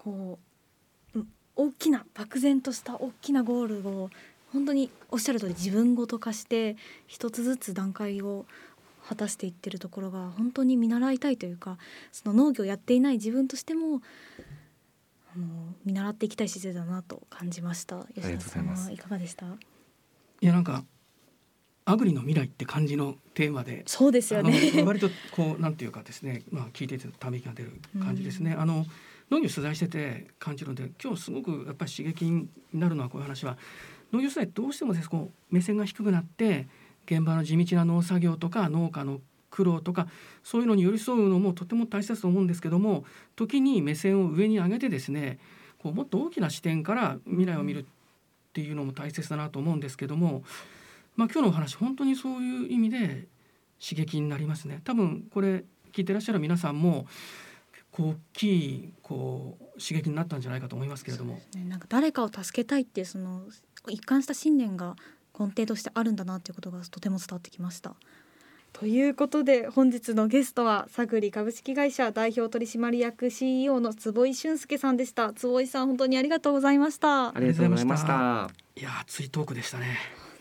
大きな漠然とした大きなゴールを本当におっしゃる通り自分ごと化して一つずつ段階を果たしていってるところが本当に見習いたいというか、その農業をやっていない自分としても見習っていきたい姿勢だなと感じました。吉田さんはいかがでした？ いやなんかアグリの未来って感じのテーマで、 そうですよね割となんていうかですね、聞いていてため息が出る感じですね。農業取材してて感じるので今日すごくやっぱり刺激になるのはこういう話は、農業取材どうしてもですね目線が低くなって現場の地道な農作業とか農家の苦労とかそういうのに寄り添うのもとても大切だと思うんですけども、時に目線を上に上げてですねもっと大きな視点から未来を見るっていうのも大切だなと思うんですけども、今日のお話本当にそういう意味で刺激になりますね。多分これ聞いてらっしゃる皆さんも大きい刺激になったんじゃないかと思いますけれども、 なんか誰かを助けたいってその一貫した信念が根底としてあるんだなということがとても伝わってきました。ということで本日のゲストはサグリ株式会社代表取締役 CEO の坪井俊介さんでした。坪井さん本当にありがとうございました。 ありがとうございました。 いや熱いトークでしたね。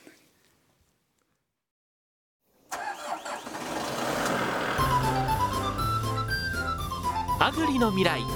アグリの未来。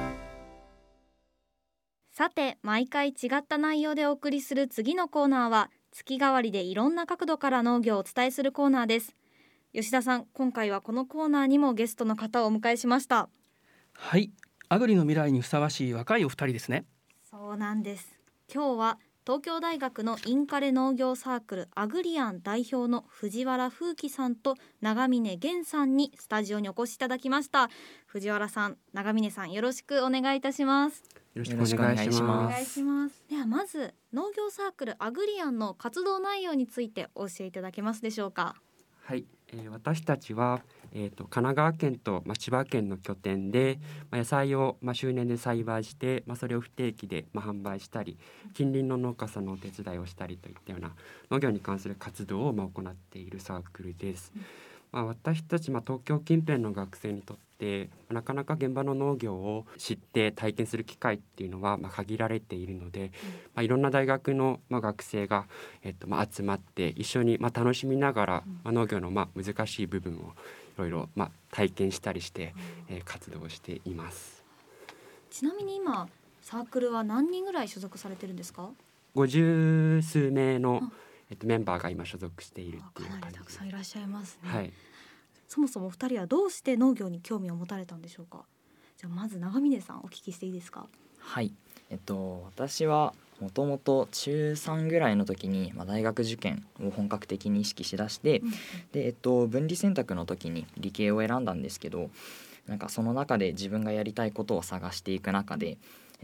さて毎回違った内容でお送りする次のコーナーは月替わりでいろんな角度から農業をお伝えするコーナーです。吉田さん、今回はこのコーナーにもゲストの方をお迎えしました。 はい、アグリの未来にふさわしい若いお二人ですね。 そうなんです。今日は東京大学のインカレ農業サークルアグリアン代表の藤原風紀さんと長峰源さんにスタジオにお越しいただきました。藤原さん、長峰さん、よろしくお願いいたします。 よろしくお願いします。 お願いします。ではまず農業サークルアグリアンの活動内容についてお教えいただけますでしょうか。 はい、私たちは、神奈川県と、千葉県の拠点で、野菜を、周年で栽培して、それを不定期で、販売したり近隣の農家さんのお手伝いをしたりといったような農業に関する活動を、行っているサークルです。私たち、東京近辺の学生にとってなかなか現場の農業を知って体験する機会っていうのは、限られているので、いろんな大学の、学生が、集まって一緒に、楽しみながら、農業の、難しい部分をいろいろ、体験したりして、活動しています。 ちなみに今サークルは何人ぐらい所属されてるんですか ？50数名のメンバーが今所属しているっていう感じです。 かなりたくさんいらっしゃいますね。 はい、 そもそもお二人はどうして農業に興味を持たれたんでしょうか。じゃあまず長峰さんお聞きしていいですか。 はい、私はもともと中3ぐらいの時に、大学受験を本格的に意識しだして、で、分離選択の時に理系を選んだんですけど、なんかその中で自分がやりたいことを探していく中で、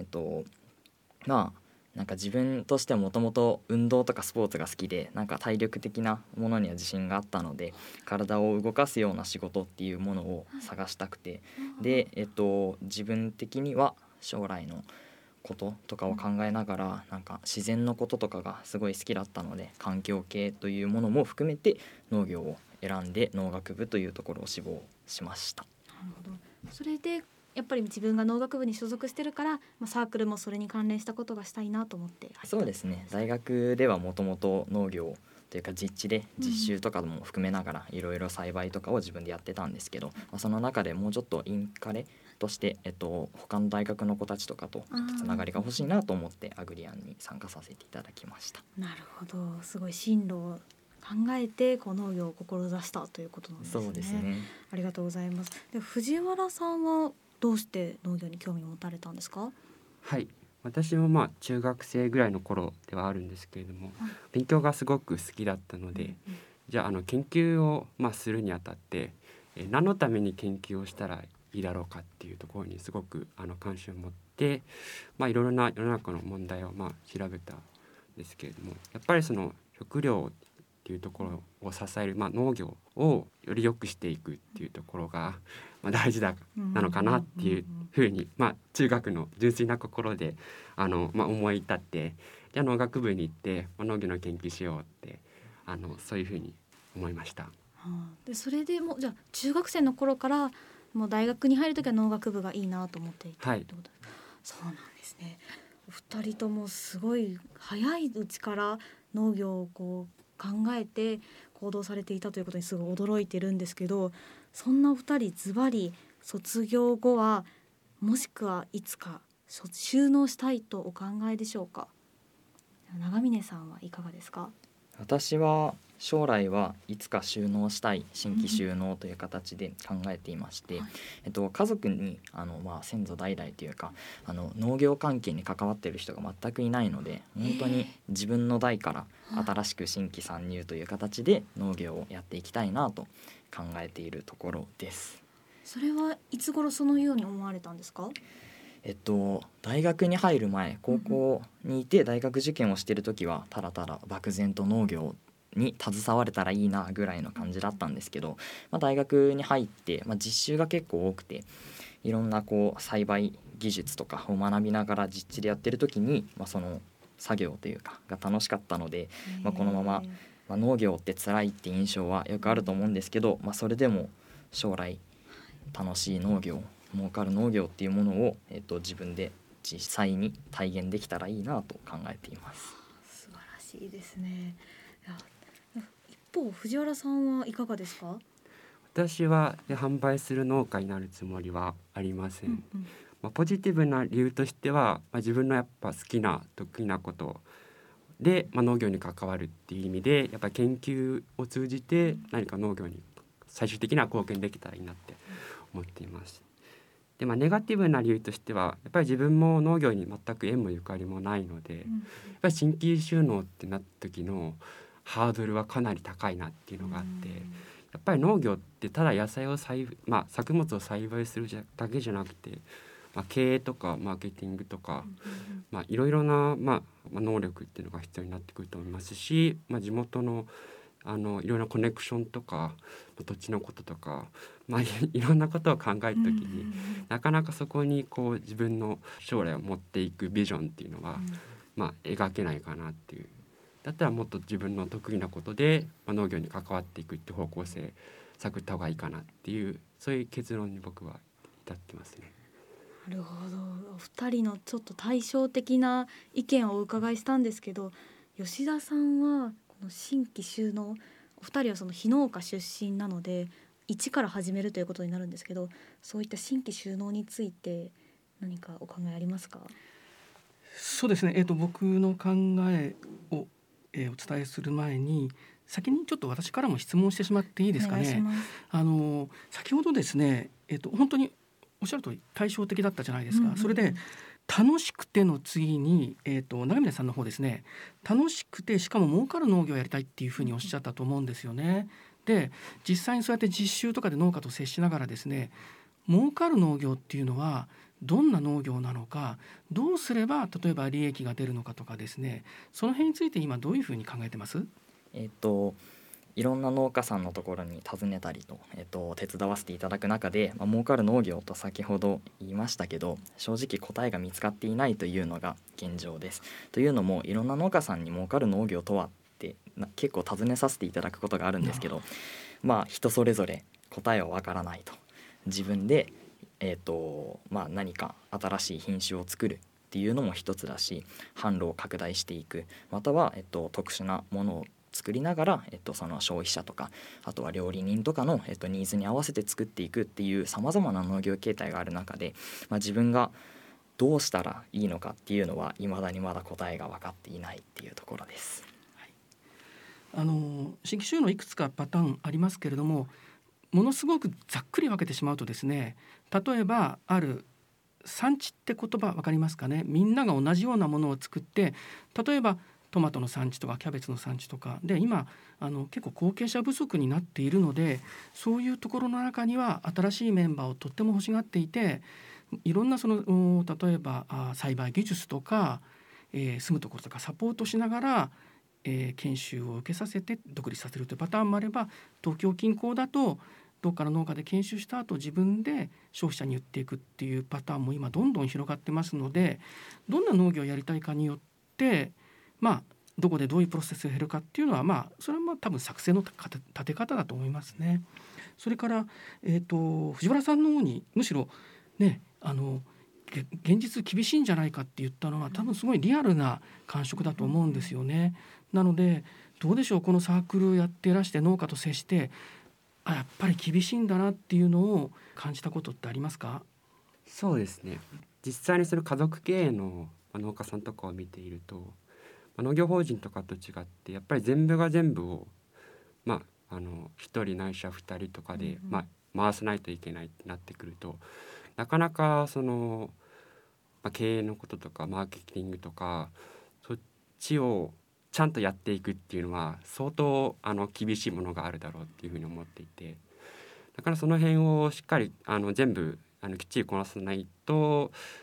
なんか自分としてもともと運動とかスポーツが好きで、なんか体力的なものには自信があったので、体を動かすような仕事っていうものを探したくて、で、自分的には将来のこととかを考えながら、なんか自然のこととかがすごい好きだったので、環境系というものも含めて農業を選んで農学部というところを志望しました。 なるほど。それでやっぱり自分が農学部に所属してるから、サークルもそれに関連したことがしたいなと思って入った。 そうですね、大学ではもともと農業というか実地で実習とかも含めながらいろいろ栽培とかを自分でやってたんですけど、その中でもうちょっとインカレとして、他の大学の子たちとかとつながりが欲しいなと思ってアグリアンに参加させていただきました。 なるほど、すごい進路を考えて農業を志したということなんですね。 そうですね、 ありがとうございます。で、藤原さんはどうして農業に興味を持たれたんですか？ はい、私も中学生ぐらいの頃ではあるんですけれども、勉強がすごく好きだったので、じゃあ研究をするにあたって何のために研究をしたらいいだろうかっていうところにすごく関心を持って、いろいろな世の中の問題を調べたんですけれども、やっぱりその食料っていうところを支える、農業をより良くしていくっていうところが、大事なのかなっていうふうに、中学の純粋な心で思い立って、じゃあ農学部に行って、農業の研究しようってそういうふうに思いました。 でそれでもじゃあ中学生の頃からもう大学に入るときは農学部がいいなと思っていたってことですか？そうなんですね。お二人ともすごい早いうちから農業を考えて行動されていたということにすごい驚いてるんですけど、そんなお二人ズバリ卒業後はもしくはいつか就農したいとお考えでしょうか？長峰さんはいかがですか？ 私は将来はいつか就農したい、新規就農という形で考えていまして、家族に先祖代々というか農業関係に関わっている人が全くいないので、本当に自分の代から新しく新規参入という形で農業をやっていきたいなと考えているところです。 それはいつ頃そのように思われたんですか？ 大学に入る前、高校にいて大学受験をしている時はただただ漠然と農業に携われたらいいなぐらいの感じだったんですけど、大学に入って、実習が結構多くて、いろんな栽培技術とかを学びながら実地でやってる時に、その作業というかが楽しかったので、このまま、農業って辛いって印象はよくあると思うんですけど、それでも将来楽しい農業、儲かる農業っていうものを、自分で実際に体現できたらいいなと考えています。 素晴らしいですね。一方藤原さんはいかがですか？ 私は販売する農家になるつもりはありません。ポジティブな理由としては、自分のやっぱ好きな得意なことで、農業に関わるっていう意味でやっぱ研究を通じて何か農業に最終的には貢献できたらいいなって思っています。で、ネガティブな理由としてはやっぱり自分も農業に全く縁もゆかりもないので、やっぱり新規収納ってなった時のハードルはかなり高いなっていうのがあって、やっぱり農業ってただ野菜を作物を栽培するだけじゃなくて、経営とかマーケティングとか、いろいろな、能力っていうのが必要になってくると思いますし、地元のいろんなコネクションとか土地のこととか、いろんなことを考えるときに、なかなかそこに自分の将来を持っていくビジョンっていうのは、描けないかなっていう。だったらもっと自分の得意なことで、農業に関わっていくっていう方向性探った方がいいかなっていう、そういう結論に僕は至ってますね。 なるほど。お二人のちょっと対照的な意見をお伺いしたんですけど、吉田さんはこの新規収納、お二人はその非農家出身なので一から始めるということになるんですけど、そういった新規収納について何かお考えありますか？ そうですね、僕の考えを、お伝えする前に先にちょっと私からも質問してしまっていいですかね。 お願いします。 先ほどですね、本当におっしゃる通り対照的だったじゃないですか。それで楽しくての次に、長峰さんの方ですね、楽しくてしかも儲かる農業をやりたいっていうふうにおっしゃったと思うんですよね。で、実際にそうやって実習とかで農家と接しながらですね、儲かる農業っていうのはどんな農業なのか、どうすれば例えば利益が出るのかとかですね、その辺について今どういうふうに考えてます？ いろんな農家さんのところに訪ねたりと、手伝わせていただく中で、儲かる農業と先ほど言いましたけど、正直答えが見つかっていないというのが現状です。というのも、いろんな農家さんに儲かる農業とはって結構尋ねさせていただくことがあるんですけど、人それぞれ答えはわからないと。自分で、何か新しい品種を作るっていうのも一つだし、販路を拡大していく、または、特殊なものを作りながら、その消費者とか、あとは料理人とかの、ニーズに合わせて作っていくっていうさまざまな農業形態がある中で、自分がどうしたらいいのかっていうのは未だにまだ答えが分かっていないっていうところです。 新規収納いくつかパターンありますけれども、ものすごくざっくり分けてしまうとですね、例えばある産地って言葉分かりますかね。みんなが同じようなものを作って、例えばトマトの産地とかキャベツの産地とかで、今結構後継者不足になっているので、そういうところの中には新しいメンバーをとっても欲しがっていて、いろんな例えば栽培技術とか、住むところとかサポートしながら、研修を受けさせて独立させるというパターンもあれば、東京近郊だとどっかの農家で研修した後自分で消費者に売っていくっていうパターンも今どんどん広がってますので、どんな農業をやりたいかによってどこでどういうプロセスが減るかっていうのは、それは多分作戦の立て方だと思いますね。それから、藤原さんの方にむしろね、現実厳しいんじゃないかって言ったのは多分すごいリアルな感触だと思うんですよね。なのでどうでしょう、このサークルやってらして農家と接して、やっぱり厳しいんだなっていうのを感じたことってありますか？ そうですね、実際にその家族経営の農家さんとかを見ていると、農業法人とかと違ってやっぱり全部が全部を1人ないしは2人とかで、回さないといけないってなってくると、なかなかその、経営のこととかマーケティングとかそっちをちゃんとやっていくっていうのは相当厳しいものがあるだろうっていうふうに思っていて、だからその辺をしっかり全部きっちりこなさないと、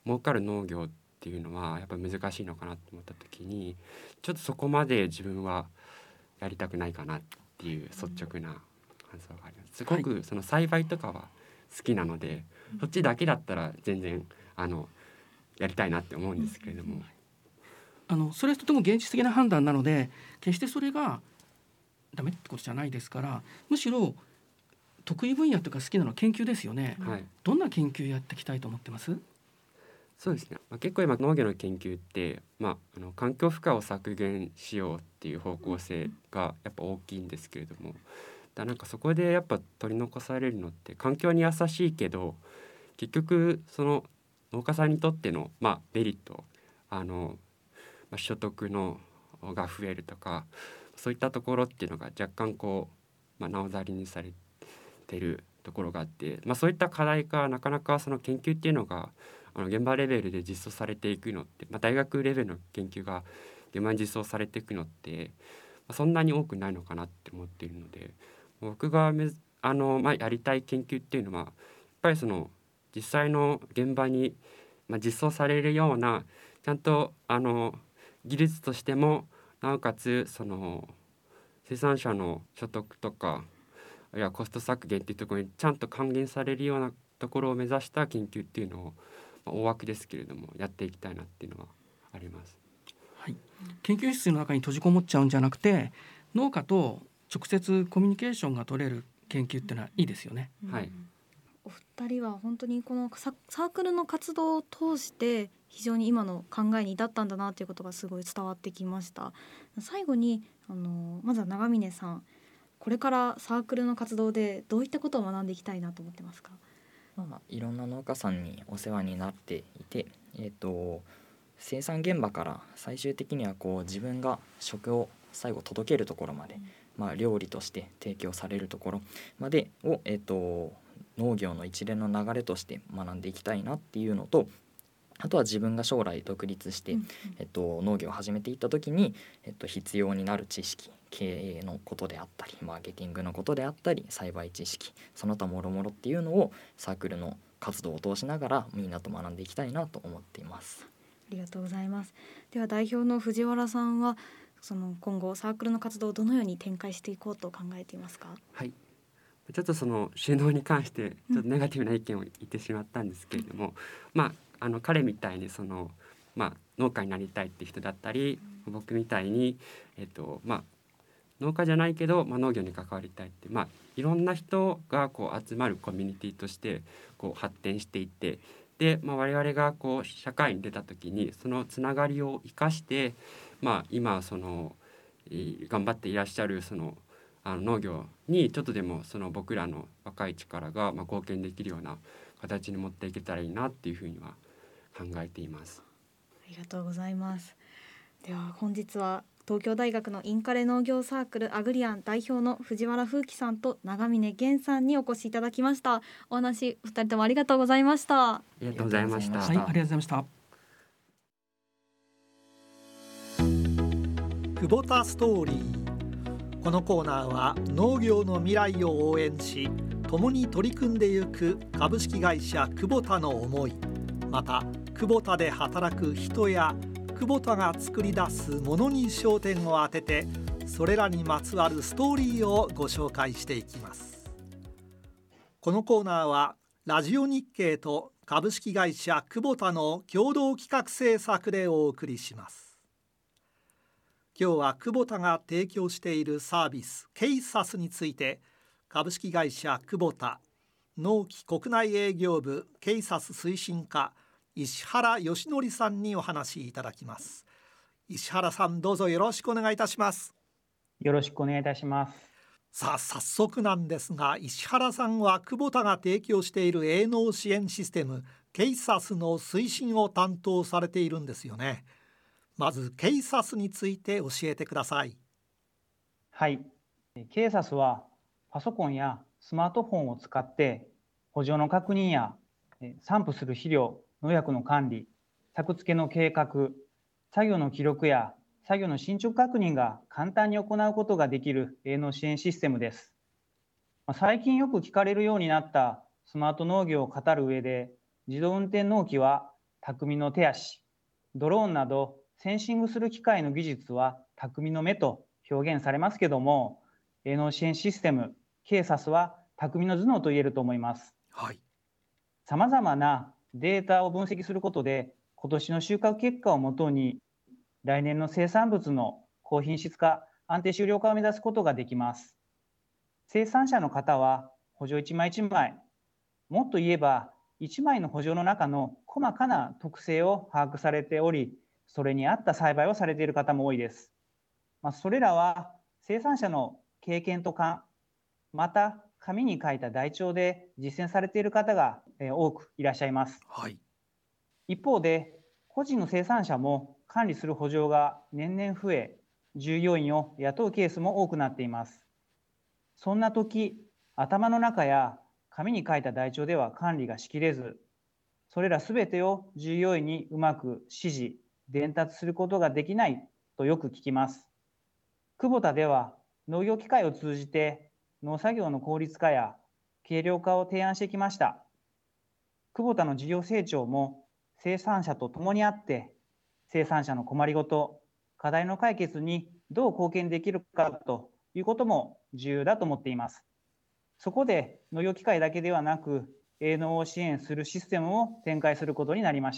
儲かる農業っていうのはやっぱ難しいのかなと思った時に、ちょっとそこまで自分はやりたくないかなっていう率直な感想があります。すごくその栽培とかは好きなので、そっちだけだったら全然やりたいなって思うんですけれども、 それはとても現実的な判断なので、決してそれがダメってことじゃないですから、むしろ得意分野とか好きなのは研究ですよね、 はい、 どんな研究やっていきたいと思ってます？ そうですね、結構今農業の研究って、環境負荷を削減しようっていう方向性がやっぱ大きいんですけれども、なんかそこでやっぱ取り残されるのって環境に優しいけど、結局その農家さんにとっての、メリット、所得のが増えるとか、そういったところっていうのが若干なおざりにされてるところがあって、そういった課題がなかなかその研究っていうのが現場レベルで実装されていくのって、大学レベルの研究が現場に実装されていくのって、そんなに多くないのかなって思っているので、僕がやりたい研究っていうのはやっぱりその実際の現場に実装されるような、ちゃんと技術としてもなおかつその生産者の所得とかあるいはコスト削減っていうところにちゃんと還元されるようなところを目指した研究っていうのを、大枠ですけれどもやっていきたいなっていうのはあります。 はい、研究室の中に閉じこもっちゃうんじゃなくて、農家と直接コミュニケーションが取れる研究ってのはいいですよね。 はい、 お二人は本当にこのサークルの活動を通して非常に今の考えに至ったんだなということがすごい伝わってきました。最後にまずは長峰さん、これからサークルの活動でどういったことを学んでいきたいなと思ってますか？ いろんな農家さんにお世話になっていて、生産現場から最終的には自分が食を最後届けるところまで、料理として提供されるところまでを、農業の一連の流れとして学んでいきたいなっていうのと、あとは自分が将来独立して、農業を始めていった時に、必要になる知識、経営のことであったりマーケティングのことであったり栽培知識、その他もろもろっていうのをサークルの活動を通しながらみんなと学んでいきたいなと思っています。 ありがとうございます。では代表の藤原さんは今後サークルの活動をどのように展開していこうと考えていますか？ はい、ちょっとその収納に関してちょっとネガティブな意見を言ってしまったんですけれども、彼みたいに農家になりたいって人だったり、僕みたいに、農家じゃないけど、農業に関わりたいって、いろんな人が集まるコミュニティとして発展していって、で、我々が社会に出た時にそのつながりを生かして、今頑張っていらっしゃる農業にちょっとでも僕らの若い力が貢献できるような形に持っていけたらいいなっていうふうには考えています。 ありがとうございます。では本日は東京大学のインカレ農業サークルアグリアン代表の藤原風紀さんと長峰源さんにお越しいただきました。お話2人ともありがとうございました。 ありがとうございました。 はい、ありがとうございました。 久保田ストーリー。このコーナーは農業の未来を応援し共に取り組んでゆく株式会社クボタの思い、またクボタで働く人やクボタが作り出すものに焦点を当てて、それらにまつわるストーリーをご紹介していきます。このコーナーはラジオ日経と株式会社クボタの共同企画制作でお送りします。今日はクボタが提供しているサービスケイサスについて、株式会社クボタ農機国内営業部ケイサス推進課石原義則さんにお話しいただきます。石原さん、どうぞよろしくお願いいたします。 よろしくお願いいたします。 さあ早速なんですが、石原さんはクボタが提供している営農支援システムケイサスの推進を担当されているんですよね。まずケイサスについて教えてください。 はい、ケイサスはパソコンやスマートフォンを使って補助の確認や散布する肥料、農薬の管理、作付けの計画、作業の記録や作業の進捗確認が簡単に行うことができる営農支援システムです。最近よく聞かれるようになったスマート農業を語る上で、自動運転農機は匠の手足、ドローンなどセンシングする機械の技術は匠の目と表現されますけども、営農支援システムKSASは匠の頭脳と言えると思います。 はい。 さまざまなデータを分析することで、今年の収穫結果をもとに来年の生産物の高品質化、安定収量化を目指すことができます。生産者の方は補助一枚一枚、もっと言えば1枚の補助の中の細かな特性を把握されており、それに合った栽培をされている方も多いです。それらは生産者の経験と勘、また紙に書いた台帳で実践されている方が多くいらっしゃいます。 はい。 一方で個人の生産者も管理する補助が年々増え、従業員を雇うケースも多くなっています。そんな時、頭の中や紙に書いた台帳では管理がしきれず、それらすべてを従業員にうまく指示、伝達することができないとよく聞きます。クボタでは農業機械を通じて農作業の効率化や軽量化を提案してきました。クボタの事業成長も生産者と共にあって、生産者の困りごと、課題の解決にどう貢献できるかということも重要だと思っています。そこで農業機械だけではなく、営農を支援するシステムを展開することになりました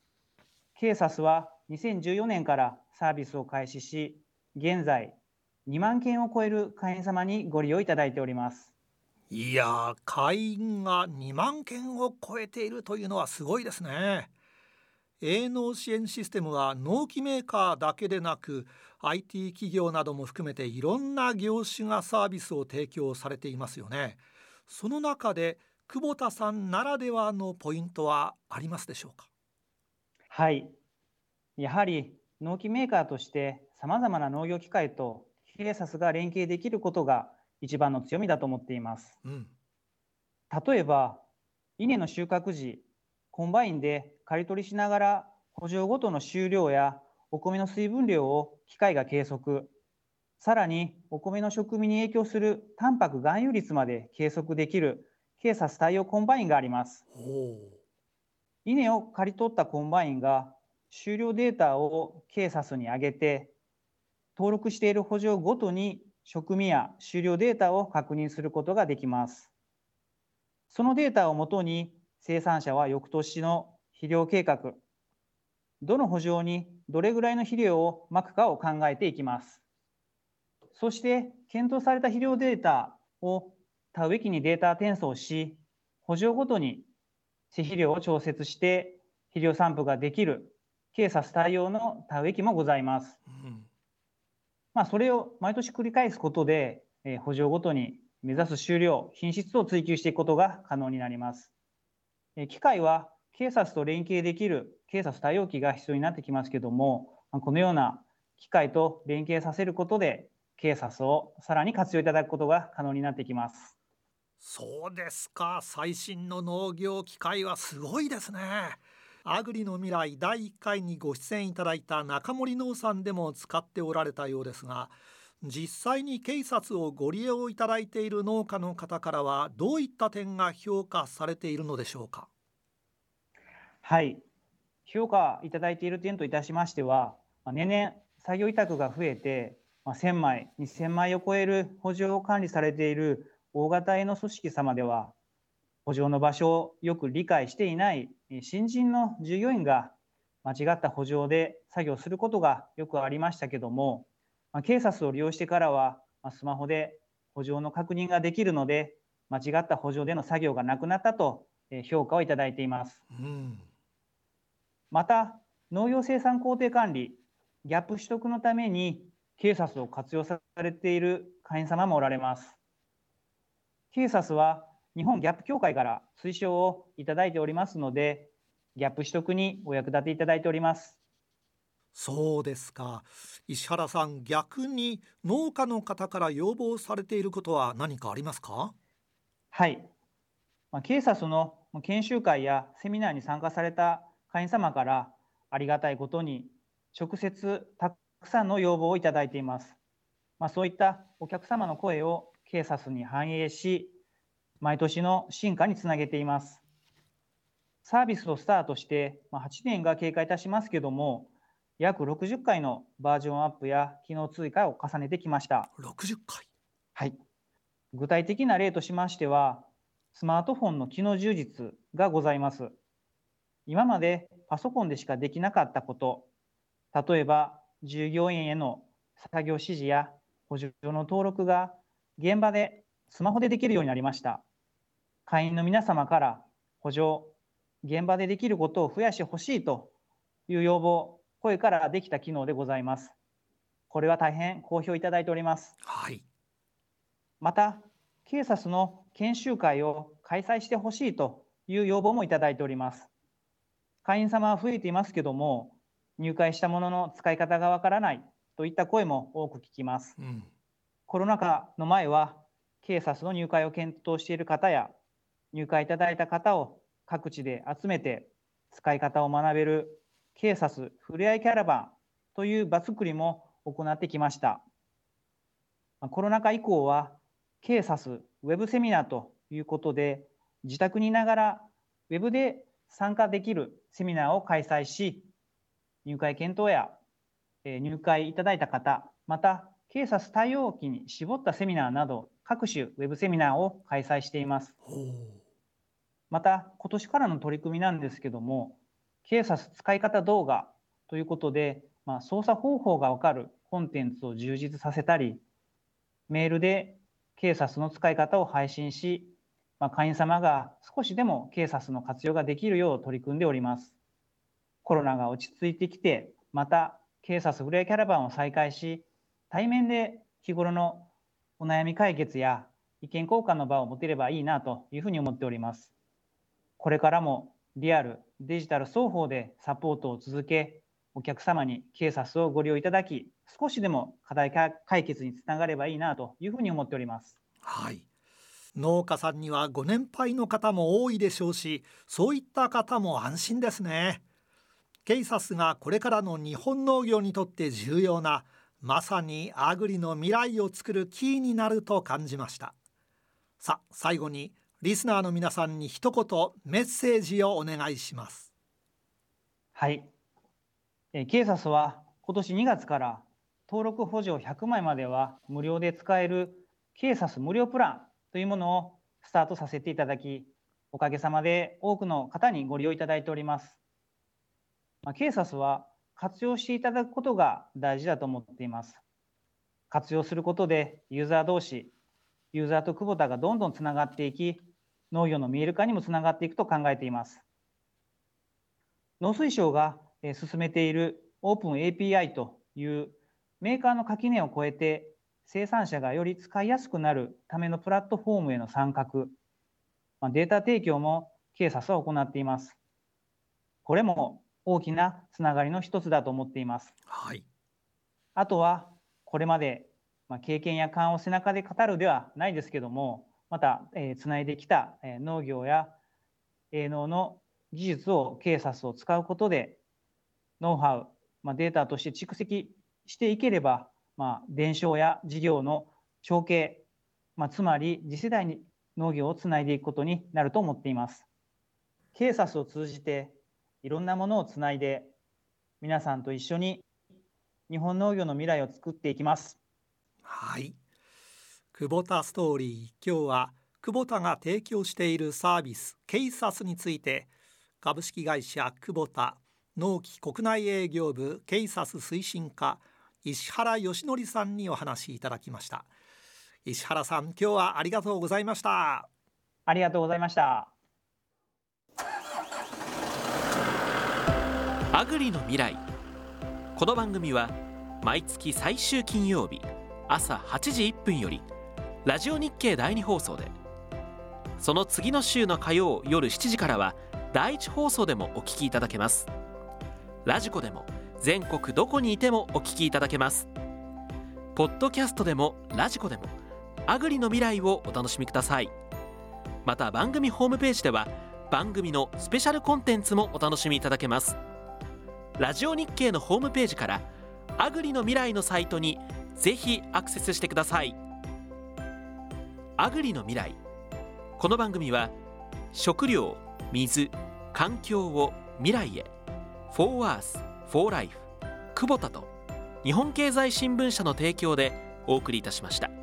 。KSASは2014年からサービスを開始し、現在2万件を超える会員様にご利用いただいております。 いや、会員が2万件を超えているというのはすごいですね。営農支援システムは農機メーカーだけでなく IT 企業なども含めていろんな業種がサービスを提供されていますよね。その中で久保田さんならではのポイントはありますでしょうか？ はい、やはり農機メーカーとしてさまざまな農業機械とKSASが連携できることが一番の強みだと思っています。例えば稲の収穫時、コンバインで刈り取りしながら圃場ごとの収量やお米の水分量を機械が計測、さらにお米の食味に影響するタンパク含有率まで計測できるKSAS対応コンバインがあります。稲を刈り取ったコンバインが収量データをKSASに上げて、登録している圃場ごとに食味や収量データを確認することができます。そのデータをもとに生産者は翌年の肥料計画、どの圃場にどれぐらいの肥料をまくかを考えていきます。そして検討された肥料データを田植え機にデータ転送し、圃場ごとに施肥量を調節して肥料散布ができるKSAS対応の田植え機もございます。それを毎年繰り返すことで、圃場ごとに目指す収量、品質を追求していくことが可能になります。機械はKSASと連携できるKSAS対応機が必要になってきますけども、このような機械と連携させることでKSASをさらに活用いただくことが可能になってきます。 そうですか。最新の農業機械はすごいですね。アグリの未来第1回にご出演いただいた中森農産でも使っておられたようですが、実際にKSASをご利用いただいている農家の方からはどういった点が評価されているのでしょうか？ はい、評価いただいている点といたしましては、年々作業委託が増えて、1000枚、2000枚を超える圃場を管理されている大型営農組織様では、圃場の場所をよく理解していない新人の従業員が間違った圃場で作業することがよくありましたけども、KSASを利用してからはスマホで圃場の確認ができるので、間違った圃場での作業がなくなったと評価をいただいています。また農業生産工程管理、ギャップ取得のためにKSASを活用されている会員様もおられます。KSASは日本ギャップ協会から推奨をいただいておりますので、ギャップ取得にお役立ていただいております。 そうですか。石原さん、逆に農家の方から要望されていることは何かありますか？ はい、KSASの研修会やセミナーに参加された会員様からありがたいことに直接たくさんの要望をいただいています。そういったお客様の声をKSASに反映し、毎年の進化につなげています。 サービスをスタートして8年が経過いたしますけども、約60回のバージョンアップや機能追加を重ねてきました。 60回。 はい。具体的な例としましては、スマートフォンの機能充実がございます。今までパソコンでしかできなかったこと、例えば従業員への作業指示や補助の登録が現場でスマホでできるようになりました。会員の皆様から補助、現場でできることを増やしてほしいという要望、声からできた機能でございます。これは大変好評いただいております。 はい。 また、警察の研修会を開催してほしいという要望もいただいております。会員様は増えていますけども、入会したものの使い方がわからないといった声も多く聞きます。コロナ禍の前は、警察の入会を検討している方や、入会いただいた方を各地で集めて使い方を学べる警察ふれあいキャラバンという場作りも行ってきました。コロナ禍以降は警察ウェブセミナーということで、自宅にいながらウェブで参加できるセミナーを開催し、入会検討や入会いただいた方、また警察対応期に絞ったセミナーなど各種ウェブセミナーを開催しています。また今年からの取り組みなんですけども、警察使い方動画ということで、操作方法がわかるコンテンツを充実させたり、メールで警察の使い方を配信し、会員様が少しでも警察の活用ができるよう取り組んでおります。コロナが落ち着いてきて、また警察ふれあいキャラバンを再開し、対面で日頃のお悩み解決や意見交換の場を持てればいいなというふうに思っております。これからもリアル、デジタル双方でサポートを続け、お客様に警察をご利用いただき、少しでも課題解決につながればいいなというふうに思っております。 はい。農家さんにはご年配の方も多いでしょうし、そういった方も安心ですね。ケイサスがこれからの日本農業にとって重要な、まさにアグリの未来を作るキーになると感じました。さあ、最後にリスナーの皆さんに一言メッセージをお願いします。 はい。ケイサスは今年2月から登録補助100枚までは無料で使えるケイサス無料プランというものをスタートさせていただき、おかげさまで多くの方にご利用いただいております。ケイサスは活用していただくことが大事だと思っています。活用することでユーザー同士、ユーザーと久保田がどんどんつながっていき、農業の見える化にもつながっていくと考えています。農水省が進めているオープン API というメーカーの垣根を越えて生産者がより使いやすくなるためのプラットフォームへの参画、データ提供もケイサスは行っています。これも大きなつながりの一つだと思っています。 はい。 あとはこれまで経験や勘を背中で語るではないですけども、またつないできた農業や営農の技術をケイサスを使うことでノウハウ、データとして蓄積していければ、伝承や事業の承継、つまり次世代に農業をつないでいくことになると思っています。ケイサスを通じていろんなものをつないで、皆さんと一緒に日本農業の未来を作っていきます。 はい。久保田ストーリー、今日は久保田が提供しているサービスケイサスについて、株式会社久保田農機国内営業部ケイサス推進課石原義則さんにお話いただきました。石原さん、今日はありがとうございました。 ありがとうございました。 アグリの未来。この番組は毎月最終金曜日朝8時1分よりラジオ日経第2放送で、その次の週の火曜夜7時からは第1放送でもお聞きいただけます。ラジコでも全国どこにいてもお聞きいただけます。ポッドキャストでもラジコでもアグリの未来をお楽しみください。また番組ホームページでは番組のスペシャルコンテンツもお楽しみいただけます。ラジオ日経のホームページからアグリの未来のサイトにぜひアクセスしてください。アグリの未来。この番組は食料、水、 環境を未来へ For Earth, For Life 久保田と日本経済新聞社の提供でお送りいたしました。